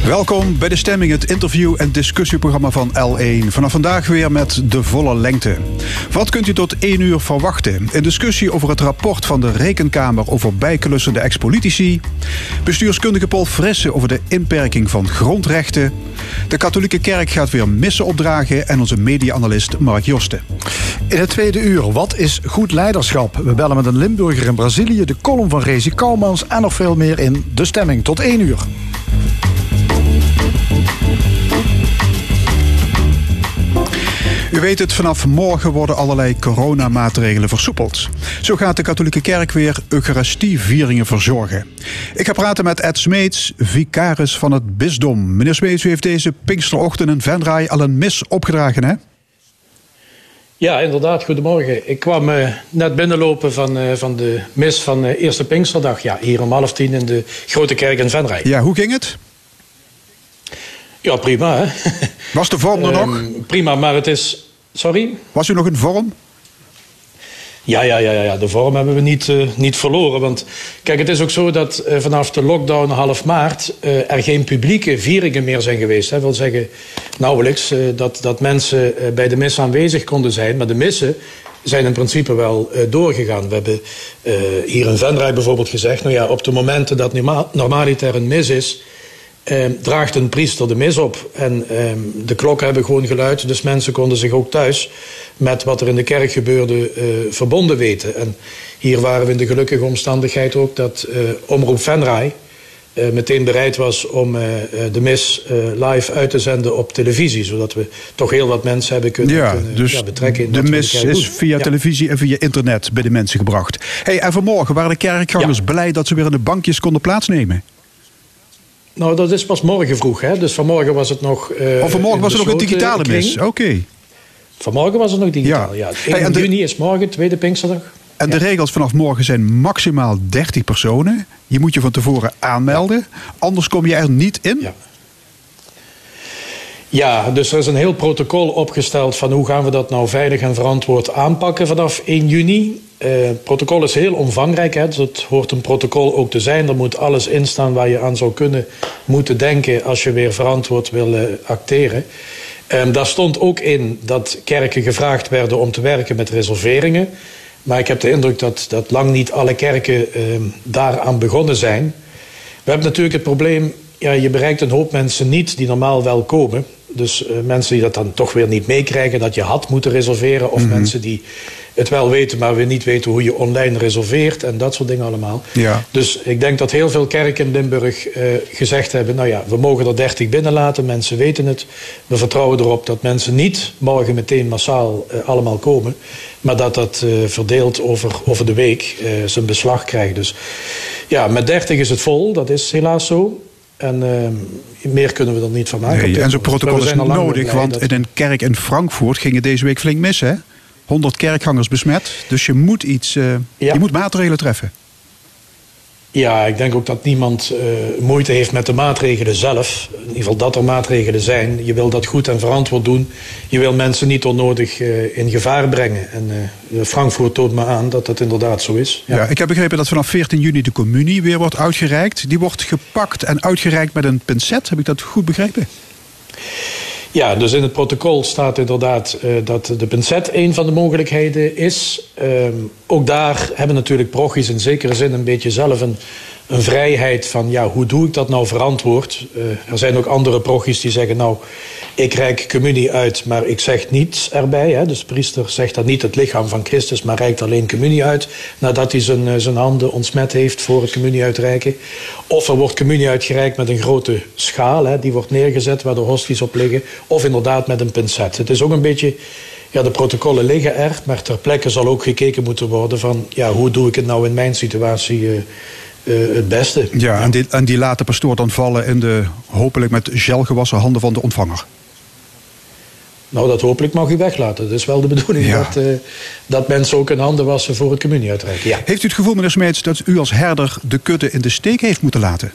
Welkom bij De Stemming, het interview- en discussieprogramma van L1. Vanaf vandaag weer met de volle lengte. Wat kunt u tot 1 uur verwachten? Een discussie over het rapport van de Rekenkamer over bijklussende ex-politici. Bestuurskundige Paul Frisse over de inperking van grondrechten. De katholieke kerk gaat weer missen opdragen en onze media-analyst Mark Josten. In het tweede uur, wat is goed leiderschap? We bellen met een Limburger in Brazilië, de column van Rezi Kouwmans en nog veel meer in De Stemming. Tot 1 uur. U weet het, vanaf morgen worden allerlei coronamaatregelen versoepeld. Zo gaat de katholieke kerk weer eucharistievieringen verzorgen. Ik ga praten met Ed Smeets, vicaris van het bisdom. Meneer Smeets, u heeft deze Pinksterochtend in Venray al een mis opgedragen, hè? Ja, inderdaad. Goedemorgen. Ik kwam net binnenlopen van de mis van Eerste Pinksterdag. Ja, hier om 9:30 in de Grote Kerk in Venray. Ja, hoe ging het? Ja, prima, hè? Was de vorm er nog? Prima, maar het is... Sorry? Was u nog in vorm? Ja. De vorm hebben we niet verloren. Want kijk, het is ook zo dat vanaf de lockdown half maart er geen publieke vieringen meer zijn geweest. Dat wil zeggen, nauwelijks dat mensen bij de mis aanwezig konden zijn. Maar de missen zijn in principe wel doorgegaan. We hebben hier in Venray bijvoorbeeld gezegd, nou ja, op de momenten dat normaliter een mis is, draagt een priester de mis op. En de klokken hebben gewoon geluid, dus mensen konden zich ook thuis met wat er in de kerk gebeurde verbonden weten. En hier waren we in de gelukkige omstandigheid ook dat Omroep Venray meteen bereid was om de mis live uit te zenden op televisie, zodat we toch heel wat mensen hebben kunnen betrekken. De mis is via televisie en via internet bij de mensen gebracht. Hey, en vanmorgen waren de kerkgangers blij dat ze weer in de bankjes konden plaatsnemen. Nou, dat is pas morgen vroeg, hè? Dus vanmorgen was het nog... vanmorgen was er nog een digitale mis, oké. Vanmorgen was het nog digitaal, ja. 1 juni is morgen, tweede Pinksterdag. En de regels vanaf morgen zijn maximaal 30 personen. Je moet je van tevoren aanmelden, anders kom je er niet in. Ja, dus er is een heel protocol opgesteld van hoe gaan we dat nou veilig en verantwoord aanpakken vanaf 1 juni. Het protocol is heel omvangrijk, hè, dus het hoort een protocol ook te zijn. Er moet alles in staan waar je aan zou moeten denken als je weer verantwoord wil acteren. Daar stond ook in dat kerken gevraagd werden om te werken met reserveringen. Maar ik heb de indruk dat lang niet alle kerken daaraan begonnen zijn. We hebben natuurlijk het probleem, ja, je bereikt een hoop mensen niet die normaal wel komen. Dus mensen die dat dan toch weer niet meekrijgen, dat je had moeten reserveren. Of mensen die het wel weten, maar weer niet weten hoe je online reserveert. En dat soort dingen allemaal. Ja. Dus ik denk dat heel veel kerken in Limburg gezegd hebben, nou ja, we mogen er 30 binnenlaten. Mensen weten het. We vertrouwen erop dat mensen niet morgen meteen massaal allemaal komen. Maar dat verdeeld over de week zijn beslag krijgt. Dus ja, met 30 is het vol. Dat is helaas zo. En meer kunnen we er niet van maken. Nee, en zo'n protocol is nodig, want in een kerk in Frankfurt ging het deze week flink mis, hè? 100 kerkgangers besmet, dus je moet je moet maatregelen treffen. Ja, ik denk ook dat niemand moeite heeft met de maatregelen zelf. In ieder geval dat er maatregelen zijn. Je wil dat goed en verantwoord doen. Je wil mensen niet onnodig in gevaar brengen. En Frankfurt toont me aan dat dat inderdaad zo is. Ja, ik heb begrepen dat vanaf 14 juni de communie weer wordt uitgereikt. Die wordt gepakt en uitgereikt met een pincet. Heb ik dat goed begrepen? Ja, dus in het protocol staat inderdaad dat de pincet een van de mogelijkheden is. Ook daar hebben natuurlijk parochies in zekere zin een beetje zelf een vrijheid van, ja, hoe doe ik dat nou verantwoord? Er zijn ook andere parochies die zeggen, nou, ik reik communie uit, maar ik zeg niets erbij. Hè? Dus de priester zegt dan niet het lichaam van Christus, maar reikt alleen communie uit nadat hij zijn handen ontsmet heeft voor het communie uitreiken. Of er wordt communie uitgereikt met een grote schaal, hè? Die wordt neergezet waar de hosties op liggen. Of inderdaad met een pincet. Het is ook een beetje, ja, de protocollen liggen er, maar ter plekke zal ook gekeken moeten worden van, ja, hoe doe ik het nou in mijn situatie het beste. Ja, en die laten pastoor dan vallen in de hopelijk met gel gewassen handen van de ontvanger. Nou, dat hopelijk mag u weglaten. Dat is wel de bedoeling dat mensen ook hun handen wassen voor het communie uitreiken. Ja. Heeft u het gevoel, meneer Smeets, dat u als herder de kudde in de steek heeft moeten laten?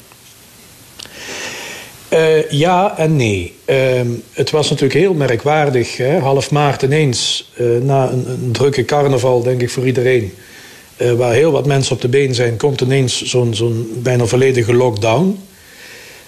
Ja en nee. Het was natuurlijk heel merkwaardig. Hè? Half maart ineens, na een drukke carnaval, denk ik voor iedereen, waar heel wat mensen op de been zijn, komt ineens zo'n bijna volledige lockdown.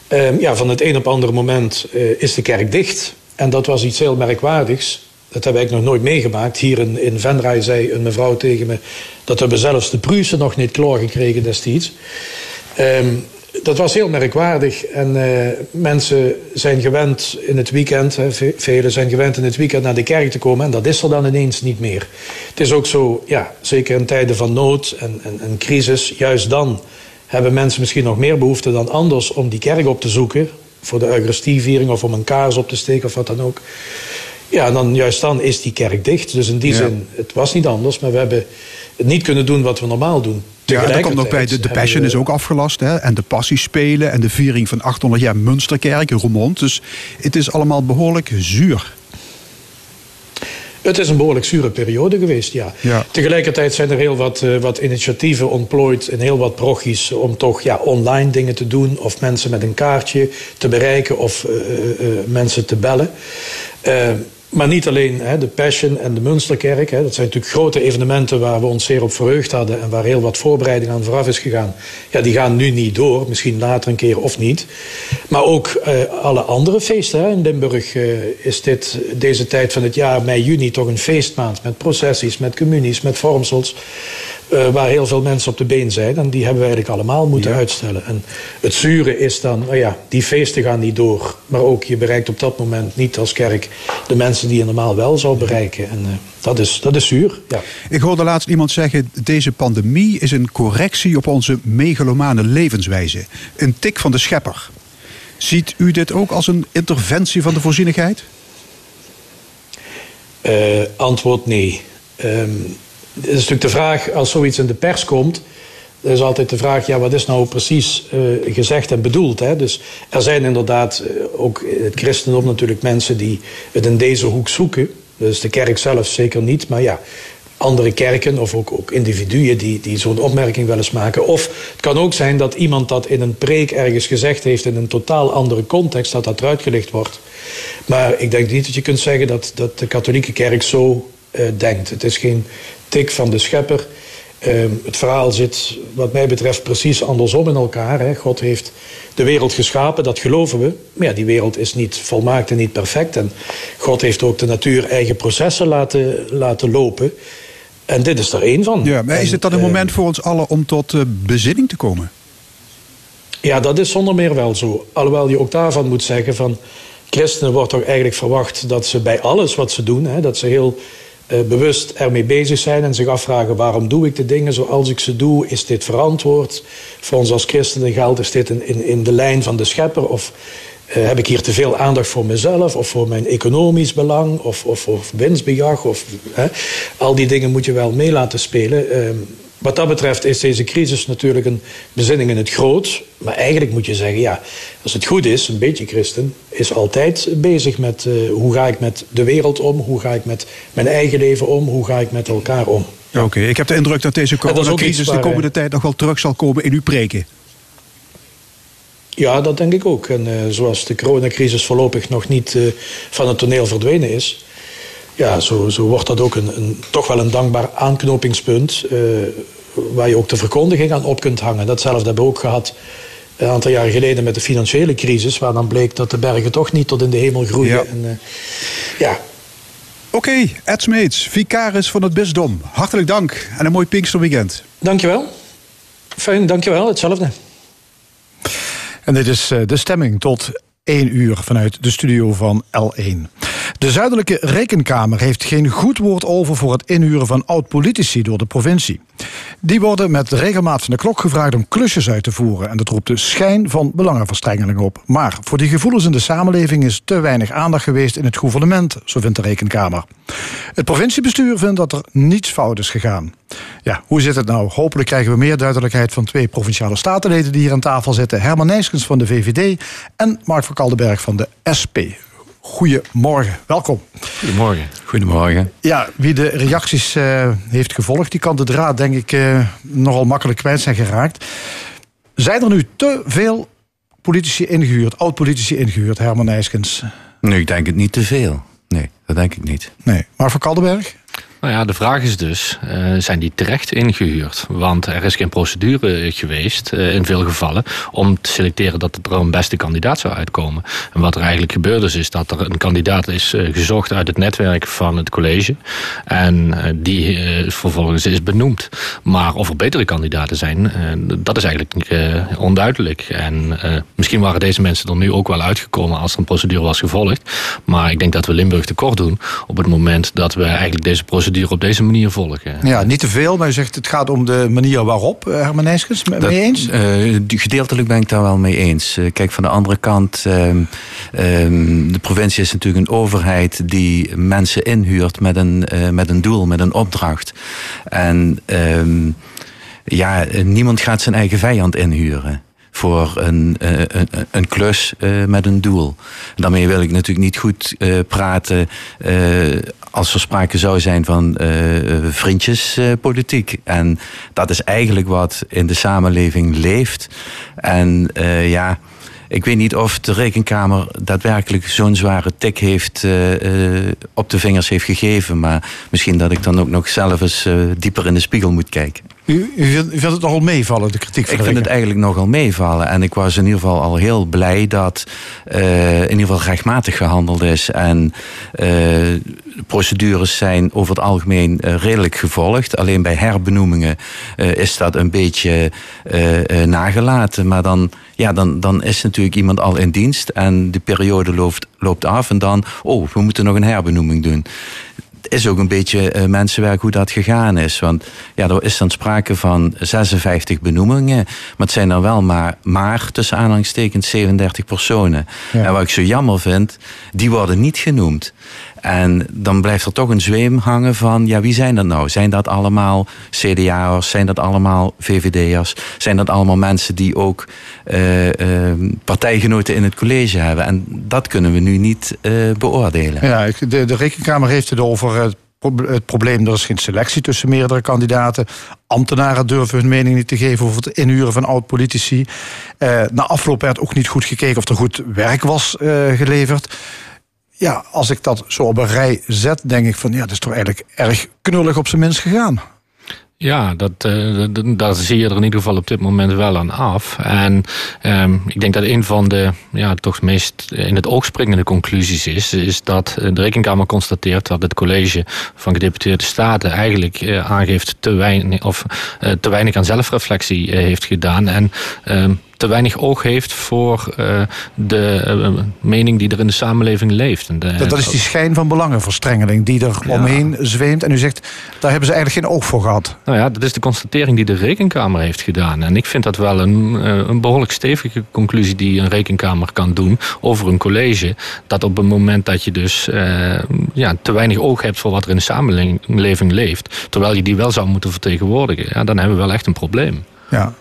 Van het een op het andere moment is de kerk dicht. En dat was iets heel merkwaardigs. Dat heb ik nog nooit meegemaakt. Hier in Venray zei een mevrouw tegen me dat hebben zelfs de Pruisen nog niet klaargekregen destijds. Dat was heel merkwaardig. En mensen zijn gewend in het weekend, velen zijn gewend in het weekend naar de kerk te komen. En dat is er dan ineens niet meer. Het is ook zo, zeker in tijden van nood en crisis, juist dan hebben mensen misschien nog meer behoefte dan anders om die kerk op te zoeken. Voor de Eucharistieviering of om een kaars op te steken of wat dan ook. Ja, en juist dan is die kerk dicht. Dus in die zin, het was niet anders. Maar we hebben het niet kunnen doen wat we normaal doen. Ja, en dat komt nog bij, de Passion is ook afgelast. Hè? En de Passiespelen en de viering van 800 jaar Münsterkerk in Roermond. Dus het is allemaal behoorlijk zuur. Het is een behoorlijk zure periode geweest, ja. Tegelijkertijd zijn er heel wat initiatieven ontplooid in heel wat parochies om toch online dingen te doen of mensen met een kaartje te bereiken of mensen te bellen. Maar niet alleen de Passion en de Münsterkerk. Dat zijn natuurlijk grote evenementen waar we ons zeer op verheugd hadden en waar heel wat voorbereiding aan vooraf is gegaan. Ja, die gaan nu niet door, misschien later een keer of niet. Maar ook alle andere feesten. In Limburg is deze tijd van het jaar, mei, juni, toch een feestmaand met processies, met communies, met vormsels. Waar heel veel mensen op de been zijn. En die hebben we eigenlijk allemaal moeten uitstellen. En het zure is dan, die feesten gaan niet door. Maar ook, je bereikt op dat moment niet als kerk de mensen die je normaal wel zou bereiken. En dat is zuur, ja. Ik hoorde laatst iemand zeggen, deze pandemie is een correctie op onze megalomane levenswijze. Een tik van de schepper. Ziet u dit ook als een interventie van de voorzienigheid? Antwoord nee. Het is natuurlijk de vraag, als zoiets in de pers komt, er is altijd de vraag, wat is nou precies gezegd en bedoeld? Hè? Dus er zijn inderdaad, ook in het christendom natuurlijk, mensen die het in deze hoek zoeken. Dus de kerk zelf zeker niet, maar andere kerken of ook individuen die zo'n opmerking wel eens maken. Of het kan ook zijn dat iemand dat in een preek ergens gezegd heeft in een totaal andere context, dat eruit gelicht wordt. Maar ik denk niet dat je kunt zeggen dat de katholieke kerk zo denkt. Het is geen tik van de schepper. Het verhaal zit wat mij betreft precies andersom in elkaar. Hè. God heeft de wereld geschapen, dat geloven we. Maar die wereld is niet volmaakt en niet perfect. En God heeft ook de natuur eigen processen laten lopen. En dit is er één van. Ja, maar is het dan een moment voor ons allen om tot bezinning te komen? Ja, dat is zonder meer wel zo. Alhoewel je ook daarvan moet zeggen van christenen wordt toch eigenlijk verwacht dat ze bij alles wat ze doen, dat ze heel bewust ermee bezig zijn en zich afvragen waarom doe ik de dingen zoals ik ze doe? Is dit verantwoord? Voor ons als christenen geldt, is dit in de lijn van de schepper? Of heb ik hier te veel aandacht voor mezelf of voor mijn economisch belang of winstbejag? Al die dingen moet je wel mee laten spelen. Wat dat betreft is deze crisis natuurlijk een bezinning in het groot. Maar eigenlijk moet je zeggen, als het goed is, een beetje christen is altijd bezig met hoe ga ik met de wereld om? Hoe ga ik met mijn eigen leven om? Hoe ga ik met elkaar om? Oké, ik heb de indruk dat deze coronacrisis de komende tijd nog wel terug zal komen in uw preken. Ja, dat denk ik ook. En zoals de coronacrisis voorlopig nog niet van het toneel verdwenen is, zo wordt dat ook toch wel een dankbaar aanknopingspunt waar je ook de verkondiging aan op kunt hangen. Datzelfde hebben we ook gehad een aantal jaren geleden met de financiële crisis, waar dan bleek dat de bergen toch niet tot in de hemel groeien. Ja. Oké, Ed Smeets, vicaris van het bisdom. Hartelijk dank en een mooi Pinksterweekend. Dankjewel. Fijn, dankjewel. Hetzelfde. En dit is de stemming tot 1 uur vanuit de studio van L1. De Zuidelijke Rekenkamer heeft geen goed woord over voor het inhuren van oud-politici door de provincie. Die worden met regelmaat van de klok gevraagd om klusjes uit te voeren en dat roept de schijn van belangenverstrengeling op. Maar voor die gevoelens in de samenleving is te weinig aandacht geweest in het gouvernement, zo vindt de Rekenkamer. Het provinciebestuur vindt dat er niets fout is gegaan. Ja, hoe zit het nou? Hopelijk krijgen we meer duidelijkheid van 2 provinciale statenleden die hier aan tafel zitten. Herman Nijskens van de VVD en Mark van Kaldenberg van de SP. Goedemorgen, welkom. Goedemorgen. Ja, wie de reacties heeft gevolgd, die kan de draad denk ik nogal makkelijk kwijt zijn geraakt. Zijn er nu te veel politici ingehuurd, oud-politici ingehuurd, Herman Nijskens? Nee, ik denk het niet te veel. Nee, dat denk ik niet. Nee, Mark van Kaldenberg? Nou ja, de vraag is dus, zijn die terecht ingehuurd? Want er is geen procedure geweest, in veel gevallen, om te selecteren dat er een beste kandidaat zou uitkomen. En wat er eigenlijk gebeurd is dat er een kandidaat is gezocht uit het netwerk van het college. En die vervolgens is benoemd. Maar of er betere kandidaten zijn, dat is eigenlijk onduidelijk. En misschien waren deze mensen er nu ook wel uitgekomen als er een procedure was gevolgd. Maar ik denk dat we Limburg tekort doen op het moment dat we eigenlijk deze procedure op deze manier volgen. Ja, niet te veel, maar u zegt het gaat om de manier waarop. Herman Nijskens, mee eens? Gedeeltelijk ben ik daar wel mee eens. Kijk, van de andere kant, de provincie is natuurlijk een overheid die mensen inhuurt met een doel, met een opdracht. En niemand gaat zijn eigen vijand inhuren voor een klus met een doel. Daarmee wil ik natuurlijk niet goed praten als er sprake zou zijn van vriendjespolitiek. En dat is eigenlijk wat in de samenleving leeft. En ik weet niet of de Rekenkamer daadwerkelijk zo'n zware tik heeft op de vingers heeft gegeven. Maar misschien dat ik dan ook nog zelf eens dieper in de spiegel moet kijken. U vindt het nogal meevallen, de kritiek van Ik vind het eigenlijk nogal meevallen. En ik was in ieder geval al heel blij dat in ieder geval rechtmatig gehandeld is. En procedures zijn over het algemeen redelijk gevolgd. Alleen bij herbenoemingen is dat een beetje nagelaten. Maar dan is natuurlijk iemand al in dienst en de periode loopt af. En dan, we moeten nog een herbenoeming doen. Het is ook een beetje mensenwerk hoe dat gegaan is. Want er is dan sprake van 56 benoemingen. Maar het zijn er wel maar tussen aanhalingstekens 37 personen. Ja. En wat ik zo jammer vind, die worden niet genoemd. En dan blijft er toch een zweem hangen van, wie zijn dat nou? Zijn dat allemaal CDA'ers? Zijn dat allemaal VVD'ers? Zijn dat allemaal mensen die ook partijgenoten in het college hebben? En dat kunnen we nu niet beoordelen. Ja, de Rekenkamer heeft het over het probleem, er is geen selectie tussen meerdere kandidaten. Ambtenaren durven hun mening niet te geven over het inhuren van oud-politici. Na afloop werd ook niet goed gekeken of er goed werk was geleverd. Ja, als ik dat zo op een rij zet, denk ik van, dat is toch eigenlijk erg knullig op zijn minst gegaan. Ja, dat zie je er in ieder geval op dit moment wel aan af. En ik denk dat een van de toch meest in het oog springende conclusies is dat de Rekenkamer constateert dat het college van gedeputeerde staten eigenlijk aangeeft te weinig aan zelfreflectie heeft gedaan. En te weinig oog heeft voor de mening die er in de samenleving leeft. Dat is die schijn van belangenverstrengeling die er omheen zweemt. En u zegt, daar hebben ze eigenlijk geen oog voor gehad. Nou ja, dat is de constatering die de Rekenkamer heeft gedaan. En ik vind dat wel een behoorlijk stevige conclusie die een Rekenkamer kan doen over een college. Dat op het moment dat je dus te weinig oog hebt voor wat er in de samenleving leeft, terwijl je die wel zou moeten vertegenwoordigen, dan hebben we wel echt een probleem. Ja.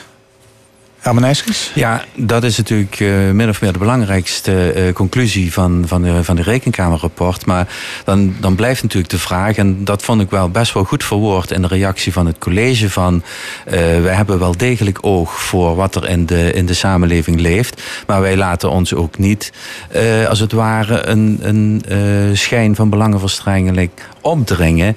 Herman Nijskens? Ja, dat is natuurlijk min of meer de belangrijkste conclusie van de Rekenkamerrapport. Maar dan blijft natuurlijk de vraag, en dat vond ik wel best wel goed verwoord in de reactie van het college, van wij hebben wel degelijk oog voor wat er in de samenleving leeft. Maar wij laten ons ook niet, als het ware, een schijn van belangenverstrengeling opdringen.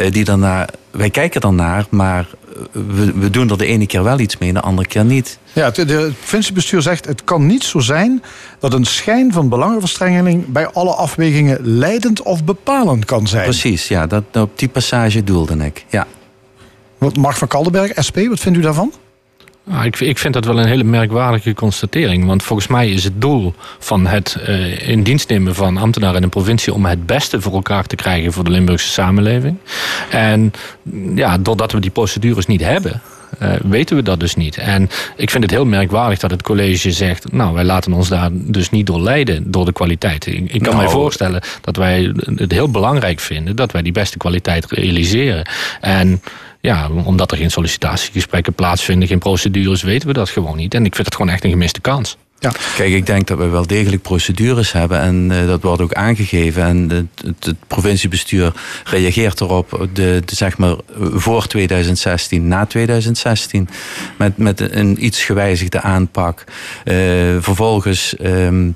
Wij kijken ernaar, maar we doen er de ene keer wel iets mee, de andere keer niet. Ja, het provinciebestuur zegt, het kan niet zo zijn dat een schijn van belangenverstrengeling bij alle afwegingen leidend of bepalend kan zijn. Precies, ja, op die passage doelde ik. Ja. Mark van Kaldenberg, SP, wat vindt u daarvan? Ik vind dat wel een hele merkwaardige constatering. Want volgens mij is het doel van het in dienst nemen van ambtenaren in de provincie om het beste voor elkaar te krijgen voor de Limburgse samenleving. En doordat we die procedures niet hebben, weten we dat dus niet. En ik vind het heel merkwaardig dat het college zegt, wij laten ons daar dus niet door leiden, door de kwaliteit. Ik kan mij voorstellen dat wij het heel belangrijk vinden dat wij die beste kwaliteit realiseren. En omdat er geen sollicitatiegesprekken plaatsvinden, geen procedures, weten we dat gewoon niet. En ik vind het gewoon echt een gemiste kans. Ja. Kijk, ik denk dat we wel degelijk procedures hebben en dat wordt ook aangegeven. En het provinciebestuur reageert erop zeg maar voor 2016, na 2016, met een iets gewijzigde aanpak. Vervolgens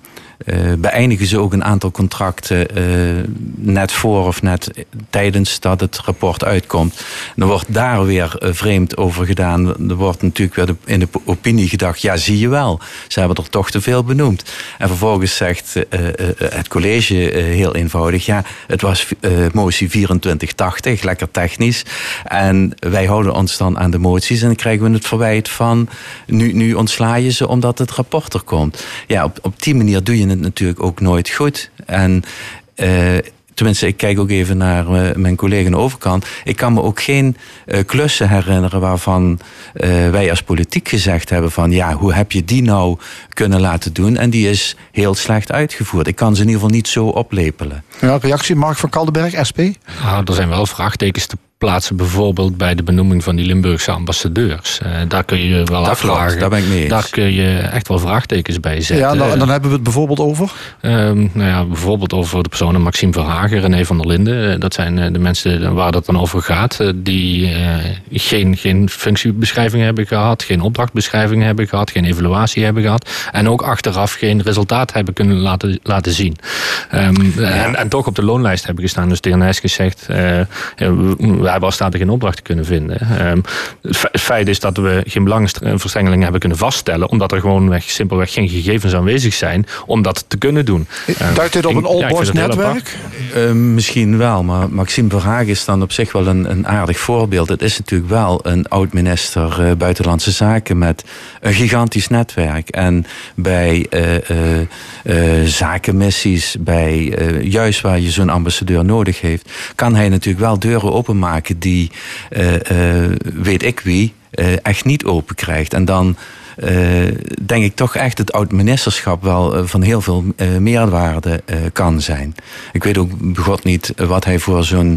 beëindigen ze ook een aantal contracten net voor of net tijdens dat het rapport uitkomt. Dan wordt daar weer vreemd over gedaan. Er wordt natuurlijk weer in de opinie gedacht, ja, zie je wel, ze hebben er toch te veel benoemd. En vervolgens zegt het college heel eenvoudig, ja, het was motie 2480, lekker technisch. En wij houden ons dan aan de moties en dan krijgen we het verwijt van, nu ontsla je ze omdat het rapport er komt. Ja, op die manier doe je het natuurlijk ook nooit goed. En tenminste, ik kijk ook even naar mijn collega aan de overkant. Ik kan me ook geen klussen herinneren waarvan wij als politiek gezegd hebben van, ja, hoe heb je die nou kunnen laten doen? En die is heel slecht uitgevoerd. Ik kan ze in ieder geval niet zo oplepelen. Ja, reactie, Mark van Kaldenberg, SP? Er zijn wel vraagtekens te plaatsen, bijvoorbeeld bij de benoeming van die Limburgse ambassadeurs. Daar kun je wel afvragen. Daar ben ik mee eens. Daar kun je echt wel vraagtekens bij zetten. Ja, en dan hebben we het bijvoorbeeld over? Bijvoorbeeld over de personen Maxime Verhagen, René van der Linden. Dat zijn de mensen waar dat dan over gaat. Die geen functiebeschrijving hebben gehad, geen opdrachtbeschrijving hebben gehad, geen evaluatie hebben gehad. En ook achteraf geen resultaat hebben kunnen laten zien. En toch op de loonlijst hebben gestaan. Dus de heer Nijskens zegt, we hebben als staten geen opdrachten kunnen vinden. Het feit is dat we geen belangenverstrengeling hebben kunnen vaststellen, omdat er simpelweg geen gegevens aanwezig zijn om dat te kunnen doen. Duidt dit op een old boys netwerk? Misschien wel, maar Maxime Verhagen is dan op zich wel een aardig voorbeeld. Het is natuurlijk wel een oud-minister Buitenlandse Zaken met een gigantisch netwerk. En bij zakenmissies, bij juist waar je zo'n ambassadeur nodig heeft, kan hij natuurlijk wel deuren openmaken die, weet ik wie, echt niet open krijgt. En dan denk ik toch echt het oud-ministerschap wel van heel veel meerwaarde kan zijn. Ik weet ook begot niet wat hij voor zo'n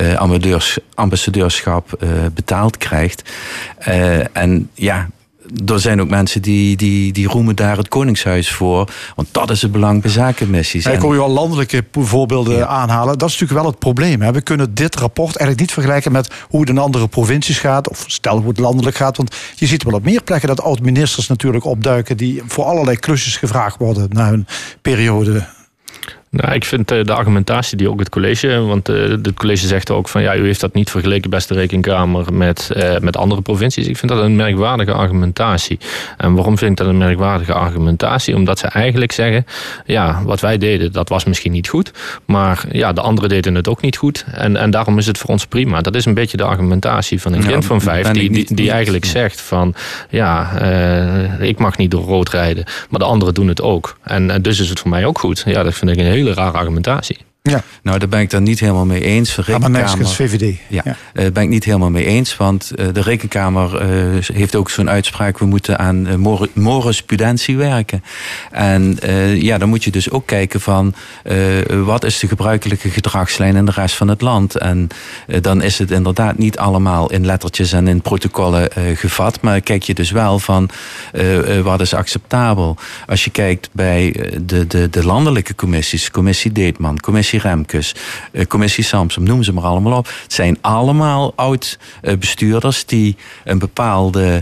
ambassadeurschap betaald krijgt. En ja, er zijn ook mensen die roemen daar het Koningshuis voor. Want dat is het belang bij zakenmissies. Ik hoor je al landelijke voorbeelden aanhalen. Dat is natuurlijk wel het probleem. Hè? We kunnen dit rapport eigenlijk niet vergelijken met hoe het in andere provincies gaat. Of stel hoe het landelijk gaat. Want je ziet wel op meer plekken dat oud-ministers natuurlijk opduiken die voor allerlei klusjes gevraagd worden na hun periode. Nou, ik vind de argumentatie die ook het college, want het college zegt ook van, ja, u heeft dat niet vergeleken, beste Rekenkamer, met andere provincies. Ik vind dat een merkwaardige argumentatie. En waarom vind ik dat een merkwaardige argumentatie? Omdat ze eigenlijk zeggen, ja, wat wij deden, dat was misschien niet goed, maar ja, de anderen deden het ook niet goed. En daarom is het voor ons prima. Dat is een beetje de argumentatie van een kind van 5 die eigenlijk zegt van, ja, ik mag niet door rood rijden, maar de anderen doen het ook. En dus is het voor mij ook goed. Ja, dat vind ik een hele rare argumentatie. Ja. Nou, daar ben ik dan niet helemaal mee eens. Maar Nijskens, VVD. Ja, daar ben ik niet helemaal mee eens. Want de Rekenkamer heeft ook zo'n uitspraak, we moeten aan mores pudentie werken. En dan moet je dus ook kijken van wat is de gebruikelijke gedragslijn in de rest van het land. En dan is het inderdaad niet allemaal in lettertjes en in protocollen gevat. Maar kijk je dus wel van wat is acceptabel. Als je kijkt bij de landelijke commissies, commissie Deetman, commissie Remkes, commissie Samsom, noem ze maar allemaal op. Het zijn allemaal oud-bestuurders die een bepaalde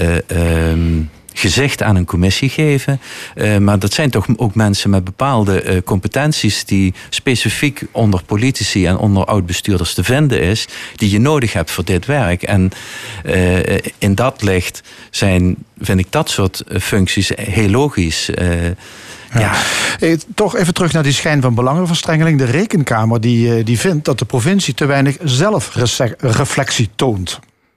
gezicht aan een commissie geven. Maar dat zijn toch ook mensen met bepaalde competenties die specifiek onder politici en onder oud-bestuurders te vinden is, die je nodig hebt voor dit werk. En in dat licht vind ik dat soort functies heel logisch. Ja. Toch even terug naar die schijn van belangenverstrengeling. De Rekenkamer die vindt dat de provincie te weinig zelfreflectie toont.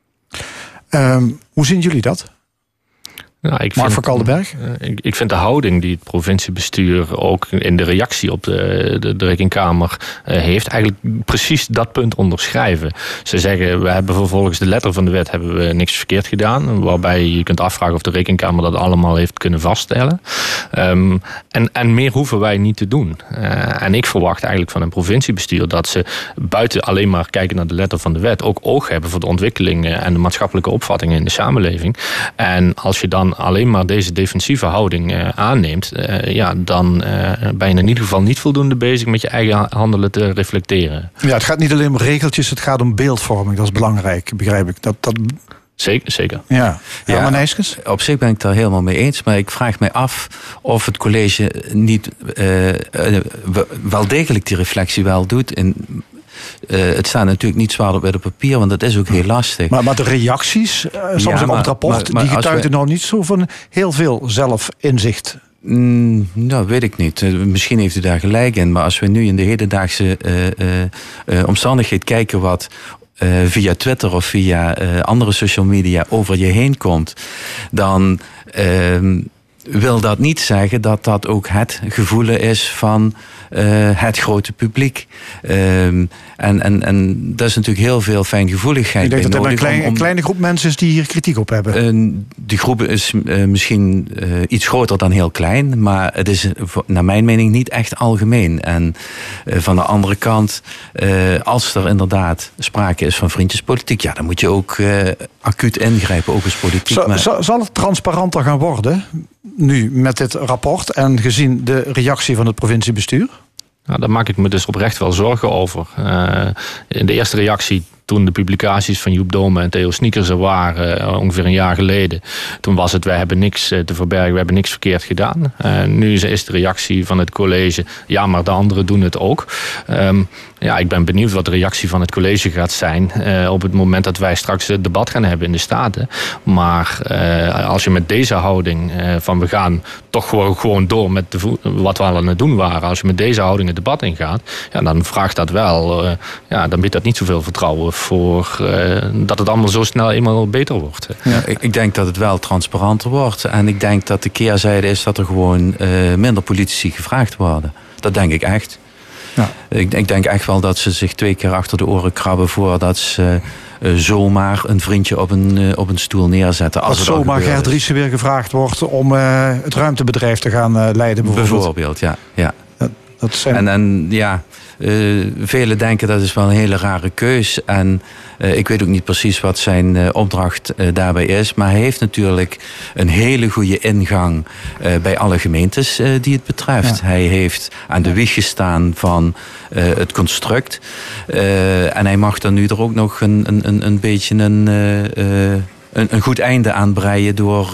Hoe zien jullie dat? Nou, Mark van Kaldenberg? Ik vind de houding die het provinciebestuur ook in de reactie op de Rekenkamer heeft, eigenlijk precies dat punt onderschrijven. Ze zeggen, we hebben vervolgens de letter van de wet hebben we niks verkeerd gedaan, waarbij je kunt afvragen of de Rekenkamer dat allemaal heeft kunnen vaststellen. En meer hoeven wij niet te doen. En ik verwacht eigenlijk van een provinciebestuur dat ze buiten alleen maar kijken naar de letter van de wet ook oog hebben voor de ontwikkelingen en de maatschappelijke opvattingen in de samenleving. En als je dan alleen maar deze defensieve houding aanneemt, dan ben je in ieder geval niet voldoende bezig met je eigen handelen te reflecteren. Ja, het gaat niet alleen om regeltjes, het gaat om beeldvorming. Dat is belangrijk, begrijp ik. Zeker. Ja, Nijskens? Op zich ben ik het daar helemaal mee eens. Maar ik vraag mij af of het college niet wel degelijk die reflectie wel doet. Het staat natuurlijk niet zwaar op bij het papier, want dat is ook heel lastig. Maar de reacties, soms op het rapport, die getuigen nou niet zo van heel veel zelfinzicht. Nou, weet ik niet. Misschien heeft u daar gelijk in. Maar als we nu in de hedendaagse omstandigheid kijken wat via Twitter of via andere social media over je heen komt, dan wil dat niet zeggen dat dat ook het gevoel is van het grote publiek. En dat is natuurlijk heel veel fijngevoeligheid. Ik denk dat er een kleine groep mensen is die hier kritiek op hebben. Die groep is misschien iets groter dan heel klein, maar het is naar mijn mening niet echt algemeen. En van de andere kant, als er inderdaad sprake is van vriendjespolitiek, ja, dan moet je ook acuut ingrijpen, ook als politiek. Zal het transparanter gaan worden nu met dit rapport en gezien de reactie van het provinciebestuur? Nou, daar maak ik me dus oprecht wel zorgen over. In de eerste reactie, toen de publicaties van Joep Dome en Theo Sniekers er waren, ongeveer een jaar geleden, toen was het, wij hebben niks te verbergen, we hebben niks verkeerd gedaan. Nu is de reactie van het college, ja, maar de anderen doen het ook. Ik ben benieuwd wat de reactie van het college gaat zijn op het moment dat wij straks het debat gaan hebben in de Staten. Maar als je met deze houding van we gaan toch gewoon door met wat we al aan het doen waren, als je met deze houding het debat ingaat, ja, dan vraagt dat wel, dan biedt dat niet zoveel vertrouwen voor dat het allemaal zo snel eenmaal beter wordt. Ja, ik denk dat het wel transparanter wordt. En ik denk dat de keerzijde is dat er gewoon minder politici gevraagd worden. Dat denk ik echt. Ja. Ik denk echt wel dat ze zich 2 keer achter de oren krabben voordat ze zomaar een vriendje op een stoel neerzetten. Als zomaar Gert Driessen weer gevraagd wordt om het ruimtebedrijf te gaan leiden bijvoorbeeld. Ja. Dat zijn... Velen denken dat is wel een hele rare keus. En ik weet ook niet precies wat zijn opdracht daarbij is. Maar hij heeft natuurlijk een hele goede ingang bij alle gemeentes die het betreft. Ja. Hij heeft aan de wieg gestaan van het construct. En hij mag dan nu er ook nog een beetje een goed einde aan breien door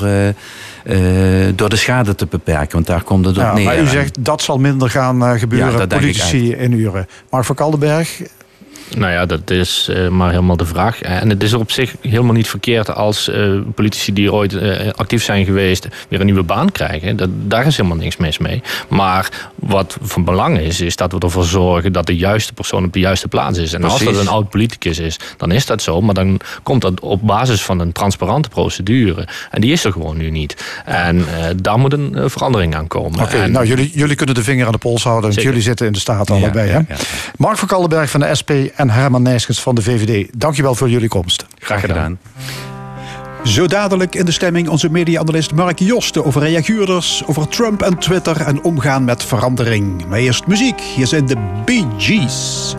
de schade te beperken. Want daar komt het op neer. Maar u zegt dat zal minder gaan gebeuren, politici inhuren. Mark van Kaldenberg? Nou ja, dat is maar helemaal de vraag. En het is op zich helemaal niet verkeerd als politici die ooit actief zijn geweest weer een nieuwe baan krijgen. Daar is helemaal niks mis mee. Maar wat van belang is dat we ervoor zorgen dat de juiste persoon op de juiste plaats is. En precies. Als dat een oud politicus is, dan is dat zo. Maar dan komt dat op basis van een transparante procedure. En die is er gewoon nu niet. En daar moet een verandering aan komen. Oké, nou jullie kunnen de vinger aan de pols houden. Want jullie zitten in de Staten allebei. Hè? Ja. Mark van Kaldenberg van de SP en Herman Nijskens van de VVD. Dankjewel voor jullie komst. Graag gedaan. Zo dadelijk in de stemming onze media-analyst Mark Josten over reaguurders, over Trump en Twitter en omgaan met verandering. Maar eerst muziek. Hier zijn de Bee Gees.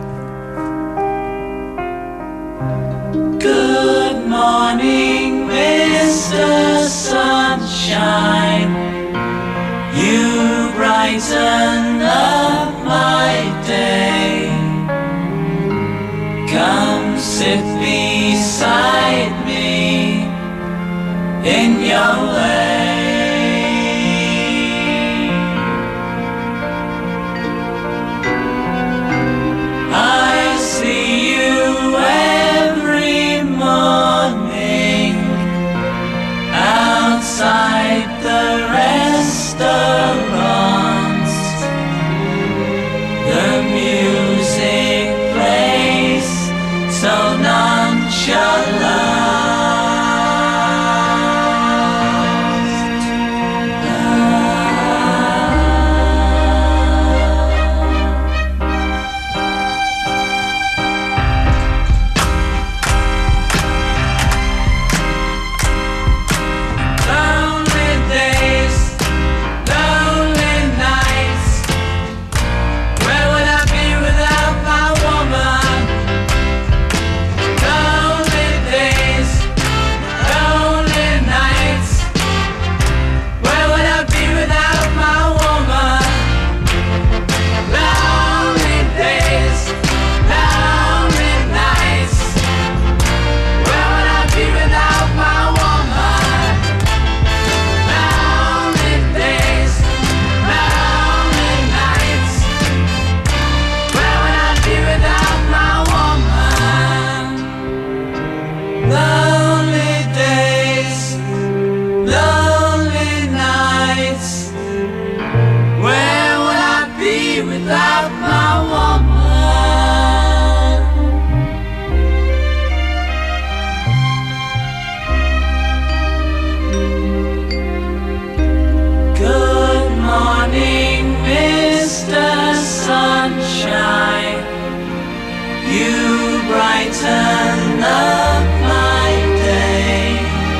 Good morning, Mr. Sunshine. You brighten up my day. Come sit beside me in your way. I see you every morning outside the restaurants. The music plays so nonchalant. brighten up my day.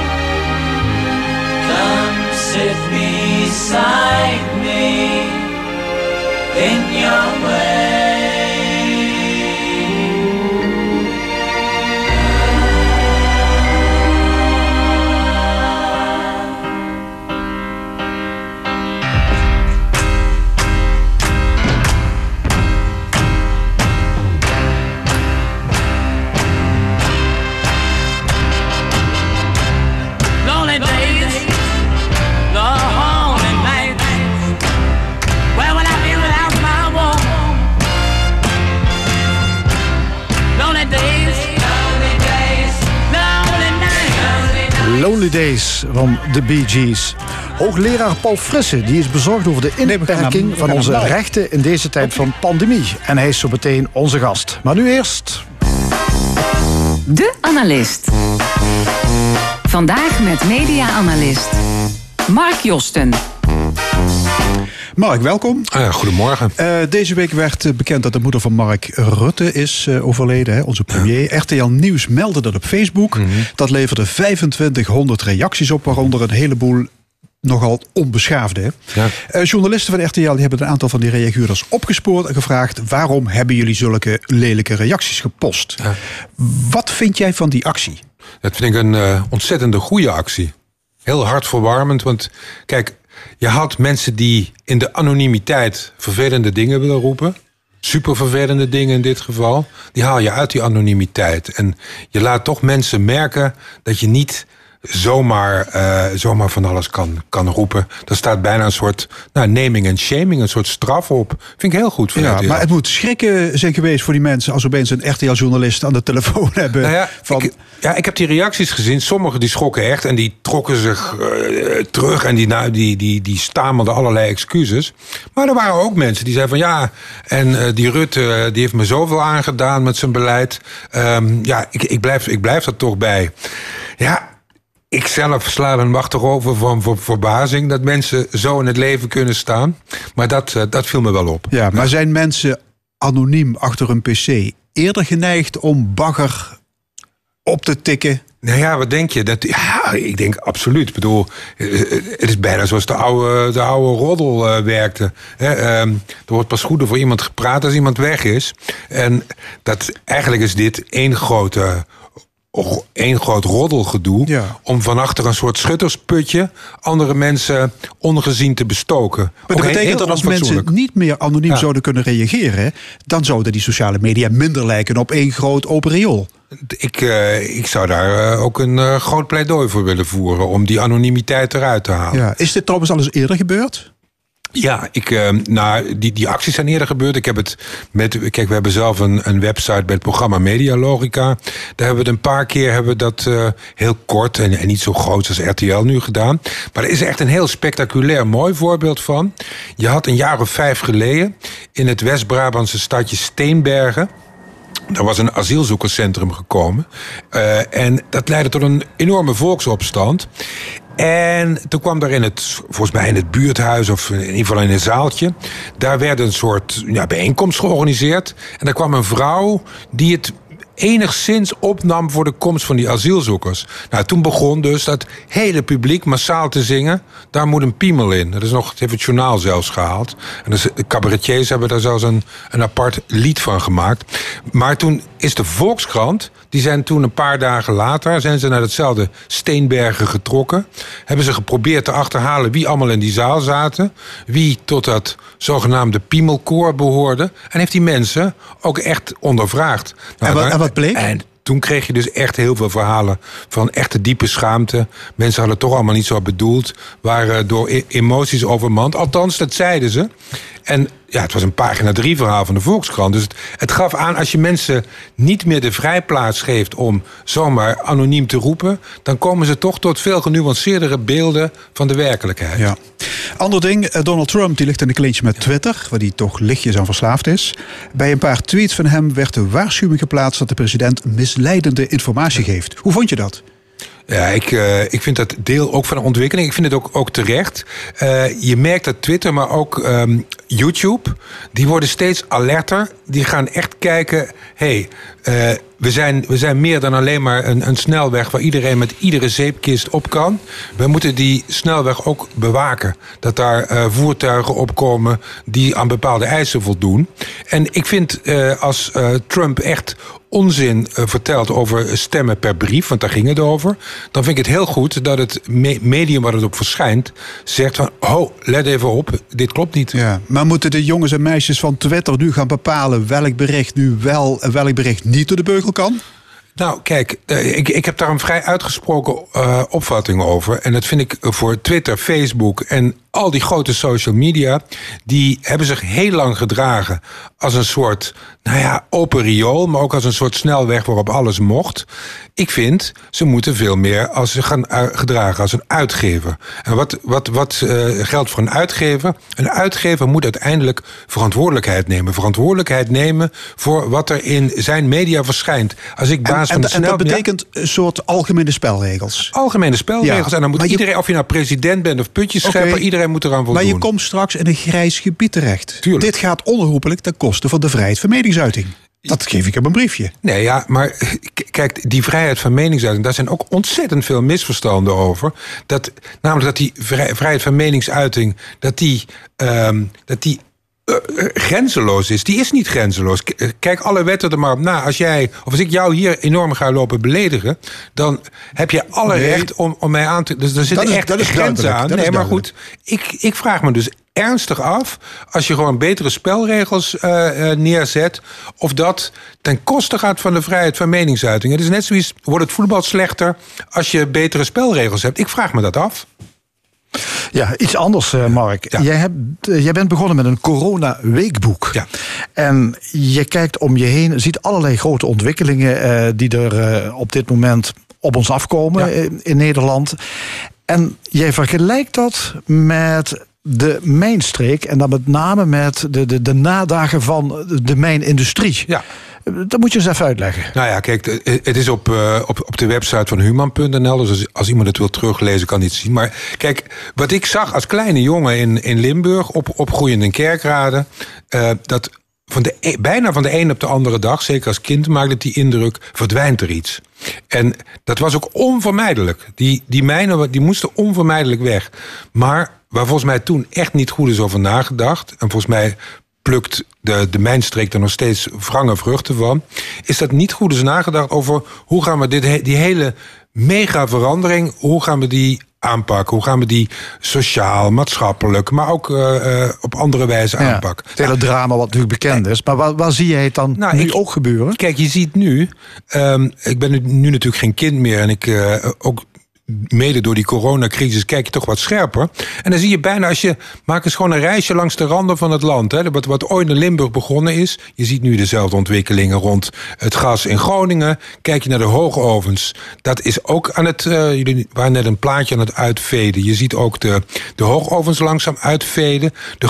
Come sit beside me in your way. Lonely Days van de Bee Gees. Hoogleraar Paul Frisse die is bezorgd over de inperking van onze rechten in deze tijd van pandemie. En hij is zo meteen onze gast. Maar nu eerst... De Analist. Vandaag met media-analyst Mark Josten. Mark, welkom. Goedemorgen. Deze week werd bekend dat de moeder van Mark Rutte is overleden, hè, onze premier. RTL Nieuws meldde dat op Facebook. Dat leverde 2500 reacties op, waaronder een heleboel nogal onbeschaafde. Ja. Journalisten van RTL die hebben een aantal van die reaguurders opgespoord en gevraagd: waarom hebben jullie zulke lelijke reacties gepost? Ja. Wat vind jij van die actie? Dat vind ik een ontzettende goede actie. Heel hartverwarmend, want kijk, je had mensen die in de anonimiteit vervelende dingen willen roepen. Super vervelende dingen in dit geval. Die haal je uit die anonimiteit. En je laat toch mensen merken dat je niet zomaar van alles kan roepen. Er staat bijna een soort naming en shaming, een soort straf op. Vind ik heel goed. Ja, maar het moet schrikken zijn geweest voor die mensen als opeens een RTL-journalist aan de telefoon hebben. Nou ja, ik heb die reacties gezien. Sommigen die schrokken echt en die trokken zich terug en die stamelden allerlei excuses. Maar er waren ook mensen die zeiden van ja, en die Rutte die heeft me zoveel aangedaan met zijn beleid. Ik blijf er toch bij. Ja. Ik zelf sla een achterover van verbazing dat mensen zo in het leven kunnen staan. Maar dat viel me wel op. Ja, maar zijn mensen anoniem achter een pc eerder geneigd om bagger op te tikken? Nou ja, wat denk je? Ik denk absoluut. Ik bedoel, het is bijna zoals de oude roddel werkte. Er wordt pas goeder voor iemand gepraat als iemand weg is. En eigenlijk is dit één groot roddelgedoe. Ja. Om van achter een soort schuttersputje andere mensen ongezien te bestoken. Maar dat betekent dat als mensen niet meer anoniem zouden kunnen reageren, dan zouden die sociale media minder lijken op één groot open riool. Ik zou daar ook een groot pleidooi voor willen voeren om die anonimiteit eruit te halen. Ja. Is dit trouwens al eens eerder gebeurd? Ja, die acties zijn eerder gebeurd. Ik heb het kijk, we hebben zelf een website bij het programma Medialogica. Daar hebben we het een paar keer heel kort en niet zo groot als RTL nu gedaan. Maar er is echt een heel spectaculair mooi voorbeeld van. Je had een jaar of 5 geleden in het West-Brabantse stadje Steenbergen. Er was een asielzoekerscentrum gekomen. En dat leidde tot een enorme volksopstand. En toen kwam daar volgens mij in het buurthuis, of in ieder geval in een zaaltje, daar werd een soort bijeenkomst georganiseerd. En daar kwam een vrouw die het enigszins opnam voor de komst van die asielzoekers. Nou, toen begon dus dat hele publiek massaal te zingen: daar moet een piemel in. Dat heeft het journaal zelfs gehaald. En de cabaretiers hebben daar zelfs een apart lied van gemaakt. Maar toen is de Volkskrant, die zijn toen een paar dagen later, zijn ze naar hetzelfde Steenbergen getrokken. Hebben ze geprobeerd te achterhalen wie allemaal in die zaal zaten. Wie tot dat zogenaamde piemelkoor behoorde. En heeft die mensen ook echt ondervraagd. En wat bleek? En toen kreeg je dus echt heel veel verhalen van echte diepe schaamte. Mensen hadden het toch allemaal niet zo bedoeld. Waren door emoties overmand. Althans, dat zeiden ze. En ja, het was een pagina 3 verhaal van de Volkskrant. Dus het gaf aan, als je mensen niet meer de vrijplaats geeft om zomaar anoniem te roepen, dan komen ze toch tot veel genuanceerdere beelden van de werkelijkheid. Ja. Ander ding, Donald Trump die ligt in de clinch met Twitter, waar hij toch lichtjes aan verslaafd is. Bij een paar tweets van hem werd de waarschuwing geplaatst dat de president misleidende informatie geeft. Hoe vond je dat? Ja, ik vind dat deel ook van de ontwikkeling. Ik vind het ook terecht. Je merkt dat Twitter, maar ook YouTube, die worden steeds alerter. Die gaan echt kijken, we zijn meer dan alleen maar een snelweg waar iedereen met iedere zeepkist op kan. We moeten die snelweg ook bewaken. Dat daar voertuigen opkomen die aan bepaalde eisen voldoen. En ik vind als Trump echt onzin vertelt over stemmen per brief, want daar ging het over, dan vind ik het heel goed dat het medium waar het op verschijnt zegt van, let even op, dit klopt niet. Ja, maar moeten de jongens en meisjes van Twitter nu gaan bepalen welk bericht nu wel en welk bericht niet door de beugel kan? Nou, kijk, ik heb daar een vrij uitgesproken opvatting over. En dat vind ik voor Twitter, Facebook en al die grote social media, die hebben zich heel lang gedragen als een soort, open riool, maar ook als een soort snelweg waarop alles mocht. Ik vind, ze moeten veel meer als ze gaan gedragen als een uitgever. En wat geldt voor een uitgever? Een uitgever moet uiteindelijk verantwoordelijkheid nemen. Verantwoordelijkheid nemen voor wat er in zijn media verschijnt. Als ik baas van de en dat betekent een soort algemene spelregels. Algemene spelregels. Ja. En dan moet iedereen, of je nou president bent of putjeschepper, iedereen moet eraan voldoen. Maar je komt straks in een grijs gebied terecht. Tuurlijk. Dit gaat onherroepelijk ten koste van de vrijheid van meningsuiting. Dat geef ik op een briefje. Nee, ja, maar kijk, die vrijheid van meningsuiting, daar zijn ook ontzettend veel misverstanden over. Namelijk dat die vrijheid van meningsuiting, dat die grenzeloos is. Die is niet grenzeloos. Kijk alle wetten er maar op na. Als ik jou hier enorm ga lopen beledigen, dan heb je alle recht om mij aan te... Dus er zitten echt grenzen aan. Nee, maar goed, ik vraag me dus ernstig af, als je gewoon betere spelregels neerzet, of dat ten koste gaat van de vrijheid van meningsuiting. Het is net zoiets, wordt het voetbal slechter als je betere spelregels hebt? Ik vraag me dat af. Ja, iets anders, Mark. Ja. Jij bent begonnen met een corona-weekboek. Ja. En je kijkt om je heen, ziet allerlei grote ontwikkelingen die er op dit moment op ons afkomen in Nederland. En jij vergelijkt dat met de mijnstreek en dan met name met de nadagen van de mijnindustrie. Ja. Dat moet je eens even uitleggen. Nou ja, kijk, het is op de website van human.nl. Dus als iemand het wil teruglezen, kan hij het zien. Maar kijk, wat ik zag als kleine jongen in Limburg, opgroeiend in Kerkrade, dat bijna van de een op de andere dag, zeker als kind, maakte die indruk, verdwijnt er iets. En dat was ook onvermijdelijk. Die mijnen die moesten onvermijdelijk weg. Maar waar volgens mij toen echt niet goed is over nagedacht, en volgens mij plukt de mijnstreek er nog steeds wrange vruchten van, is dat niet goed is nagedacht over hoe gaan we die hele mega verandering, hoe gaan we die aanpakken? Hoe gaan we die sociaal, maatschappelijk, maar ook op andere wijze aanpakken? Het hele drama wat natuurlijk bekend is. Maar waar zie jij het dan nu ook gebeuren? Kijk, je ziet nu, ik ben nu natuurlijk geen kind meer en ik ook mede door die coronacrisis kijk je toch wat scherper. En dan zie je bijna, maak eens gewoon een reisje langs de randen van het land. Hè, wat ooit in Limburg begonnen is. Je ziet nu dezelfde ontwikkelingen rond het gas in Groningen. Kijk je naar de hoogovens. Dat is ook aan het, jullie waren net een plaatje aan het uitveden. Je ziet ook de hoogovens langzaam uitveden. De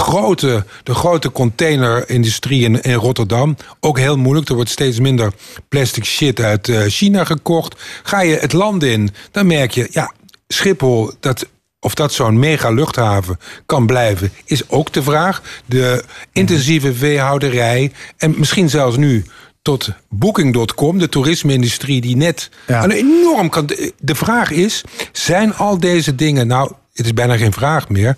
grote containerindustrie in Rotterdam. Ook heel moeilijk. Er wordt steeds minder plastic shit uit China gekocht. Ga je het land in, dan merk je, Schiphol, of dat zo'n mega luchthaven kan blijven, is ook de vraag. De intensieve veehouderij en misschien zelfs nu tot Booking.com, de toerisme-industrie die net een enorm kan. De vraag is, zijn al deze dingen, nou, het is bijna geen vraag meer.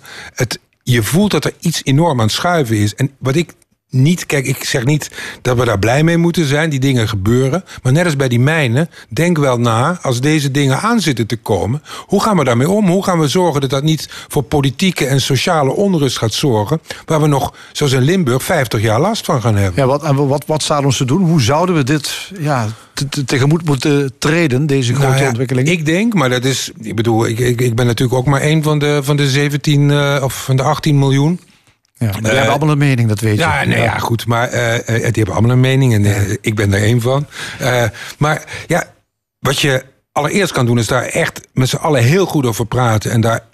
Je voelt dat er iets enorm aan het schuiven is. En wat ik niet, kijk, ik zeg niet dat we daar blij mee moeten zijn, die dingen gebeuren. Maar net als bij die mijnen, denk wel na, als deze dingen aan zitten te komen, hoe gaan we daarmee om? Hoe gaan we zorgen dat dat niet voor politieke en sociale onrust gaat zorgen, waar we nog, zoals in Limburg, 50 jaar last van gaan hebben? Ja, wat staat ons te doen? Hoe zouden we dit tegemoet moeten treden, deze grote ontwikkelingen? Ik denk, maar dat is, ik bedoel, ik ben natuurlijk ook maar één van de 17 of van de 18 miljoen. Ja, maar die hebben allemaal een mening, dat weet je. Ja, goed, maar die hebben allemaal een mening en ik ben er één van. Maar ja, wat je allereerst kan doen is daar echt met z'n allen heel goed over praten en daar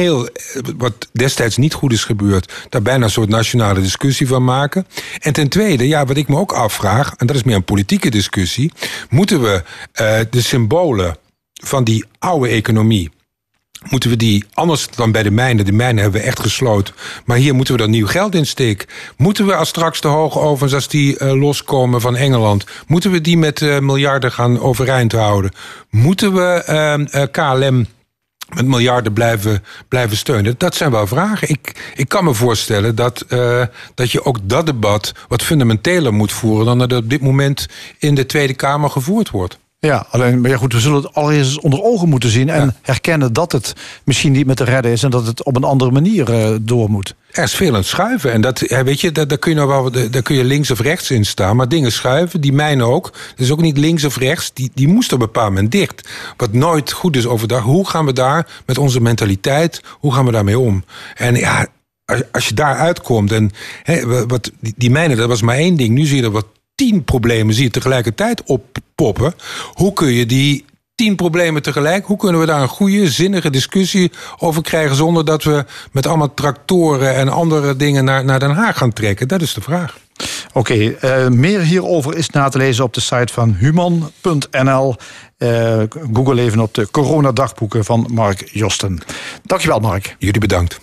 wat destijds niet goed is gebeurd, daar bijna een soort nationale discussie van maken. En ten tweede, wat ik me ook afvraag, en dat is meer een politieke discussie, moeten we de symbolen van die oude economie, moeten we die, anders dan bij de mijnen hebben we echt gesloten, maar hier moeten we dan nieuw geld in steken. Moeten we als straks de hoogovens, als die loskomen van Engeland, moeten we die met miljarden gaan overeind houden? Moeten we KLM met miljarden blijven steunen? Dat zijn wel vragen. Ik kan me voorstellen dat je ook dat debat wat fundamenteler moet voeren dan dat op dit moment in de Tweede Kamer gevoerd wordt. Ja, alleen, maar ja, goed, we zullen het allereerst eens onder ogen moeten zien en herkennen dat het misschien niet meer te redden is en dat het op een andere manier door moet. Er is veel aan het schuiven. En dat, weet je, daar kun je nou wel, daar kun je links of rechts in staan. Maar dingen schuiven, die mijnen ook. Dat is ook niet links of rechts. Die moest op een bepaald moment dicht. Wat nooit goed is overdag. Hoe gaan we daar met onze mentaliteit, hoe gaan we daarmee om? En ja, als je daar uitkomt en die mijnen, dat was maar één ding. Nu zie je er wat 10 problemen zie je tegelijkertijd oppoppen. Hoe kun je die 10 problemen tegelijk, hoe kunnen we daar een goede, zinnige discussie over krijgen zonder dat we met allemaal tractoren en andere dingen naar Den Haag gaan trekken? Dat is de vraag. Oké, meer hierover is na te lezen op de site van human.nl. Google even op de coronadagboeken van Mark Josten. Dankjewel, Mark. Jullie bedankt.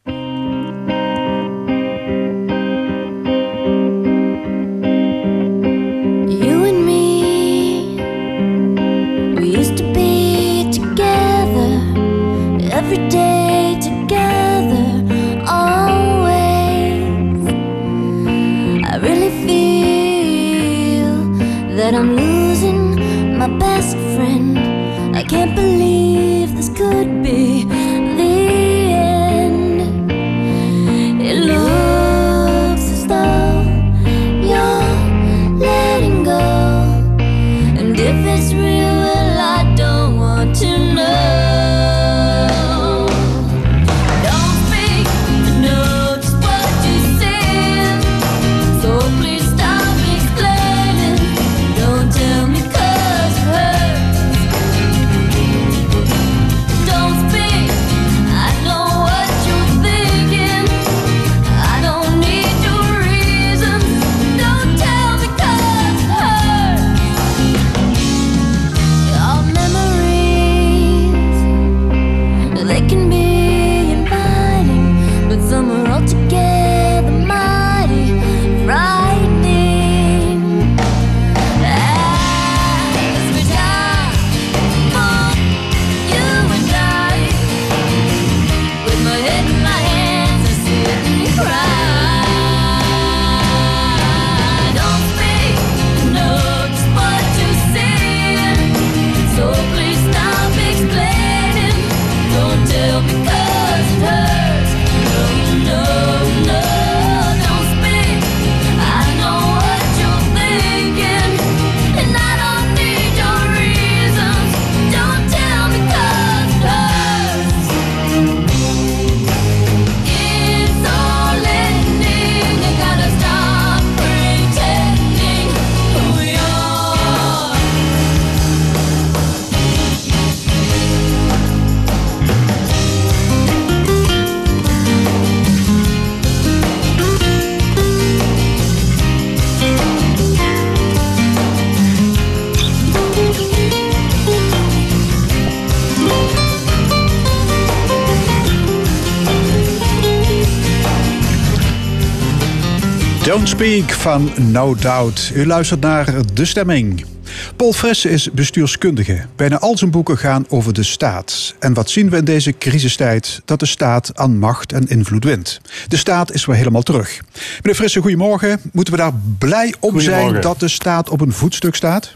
Every day together, always. I really feel that I'm losing my best friend. I can't believe this could be the end. It looks as though you're letting go, and if it's real, well, I don't want to know. Don't Speak van No Doubt. U luistert naar De Stemming. Paul Fresse is bestuurskundige. Bijna al zijn boeken gaan over de staat. En wat zien we in deze crisistijd? Dat de staat aan macht en invloed wint. De staat is weer helemaal terug. Meneer Fresse, goedemorgen. Moeten we daar blij om zijn dat de staat op een voetstuk staat?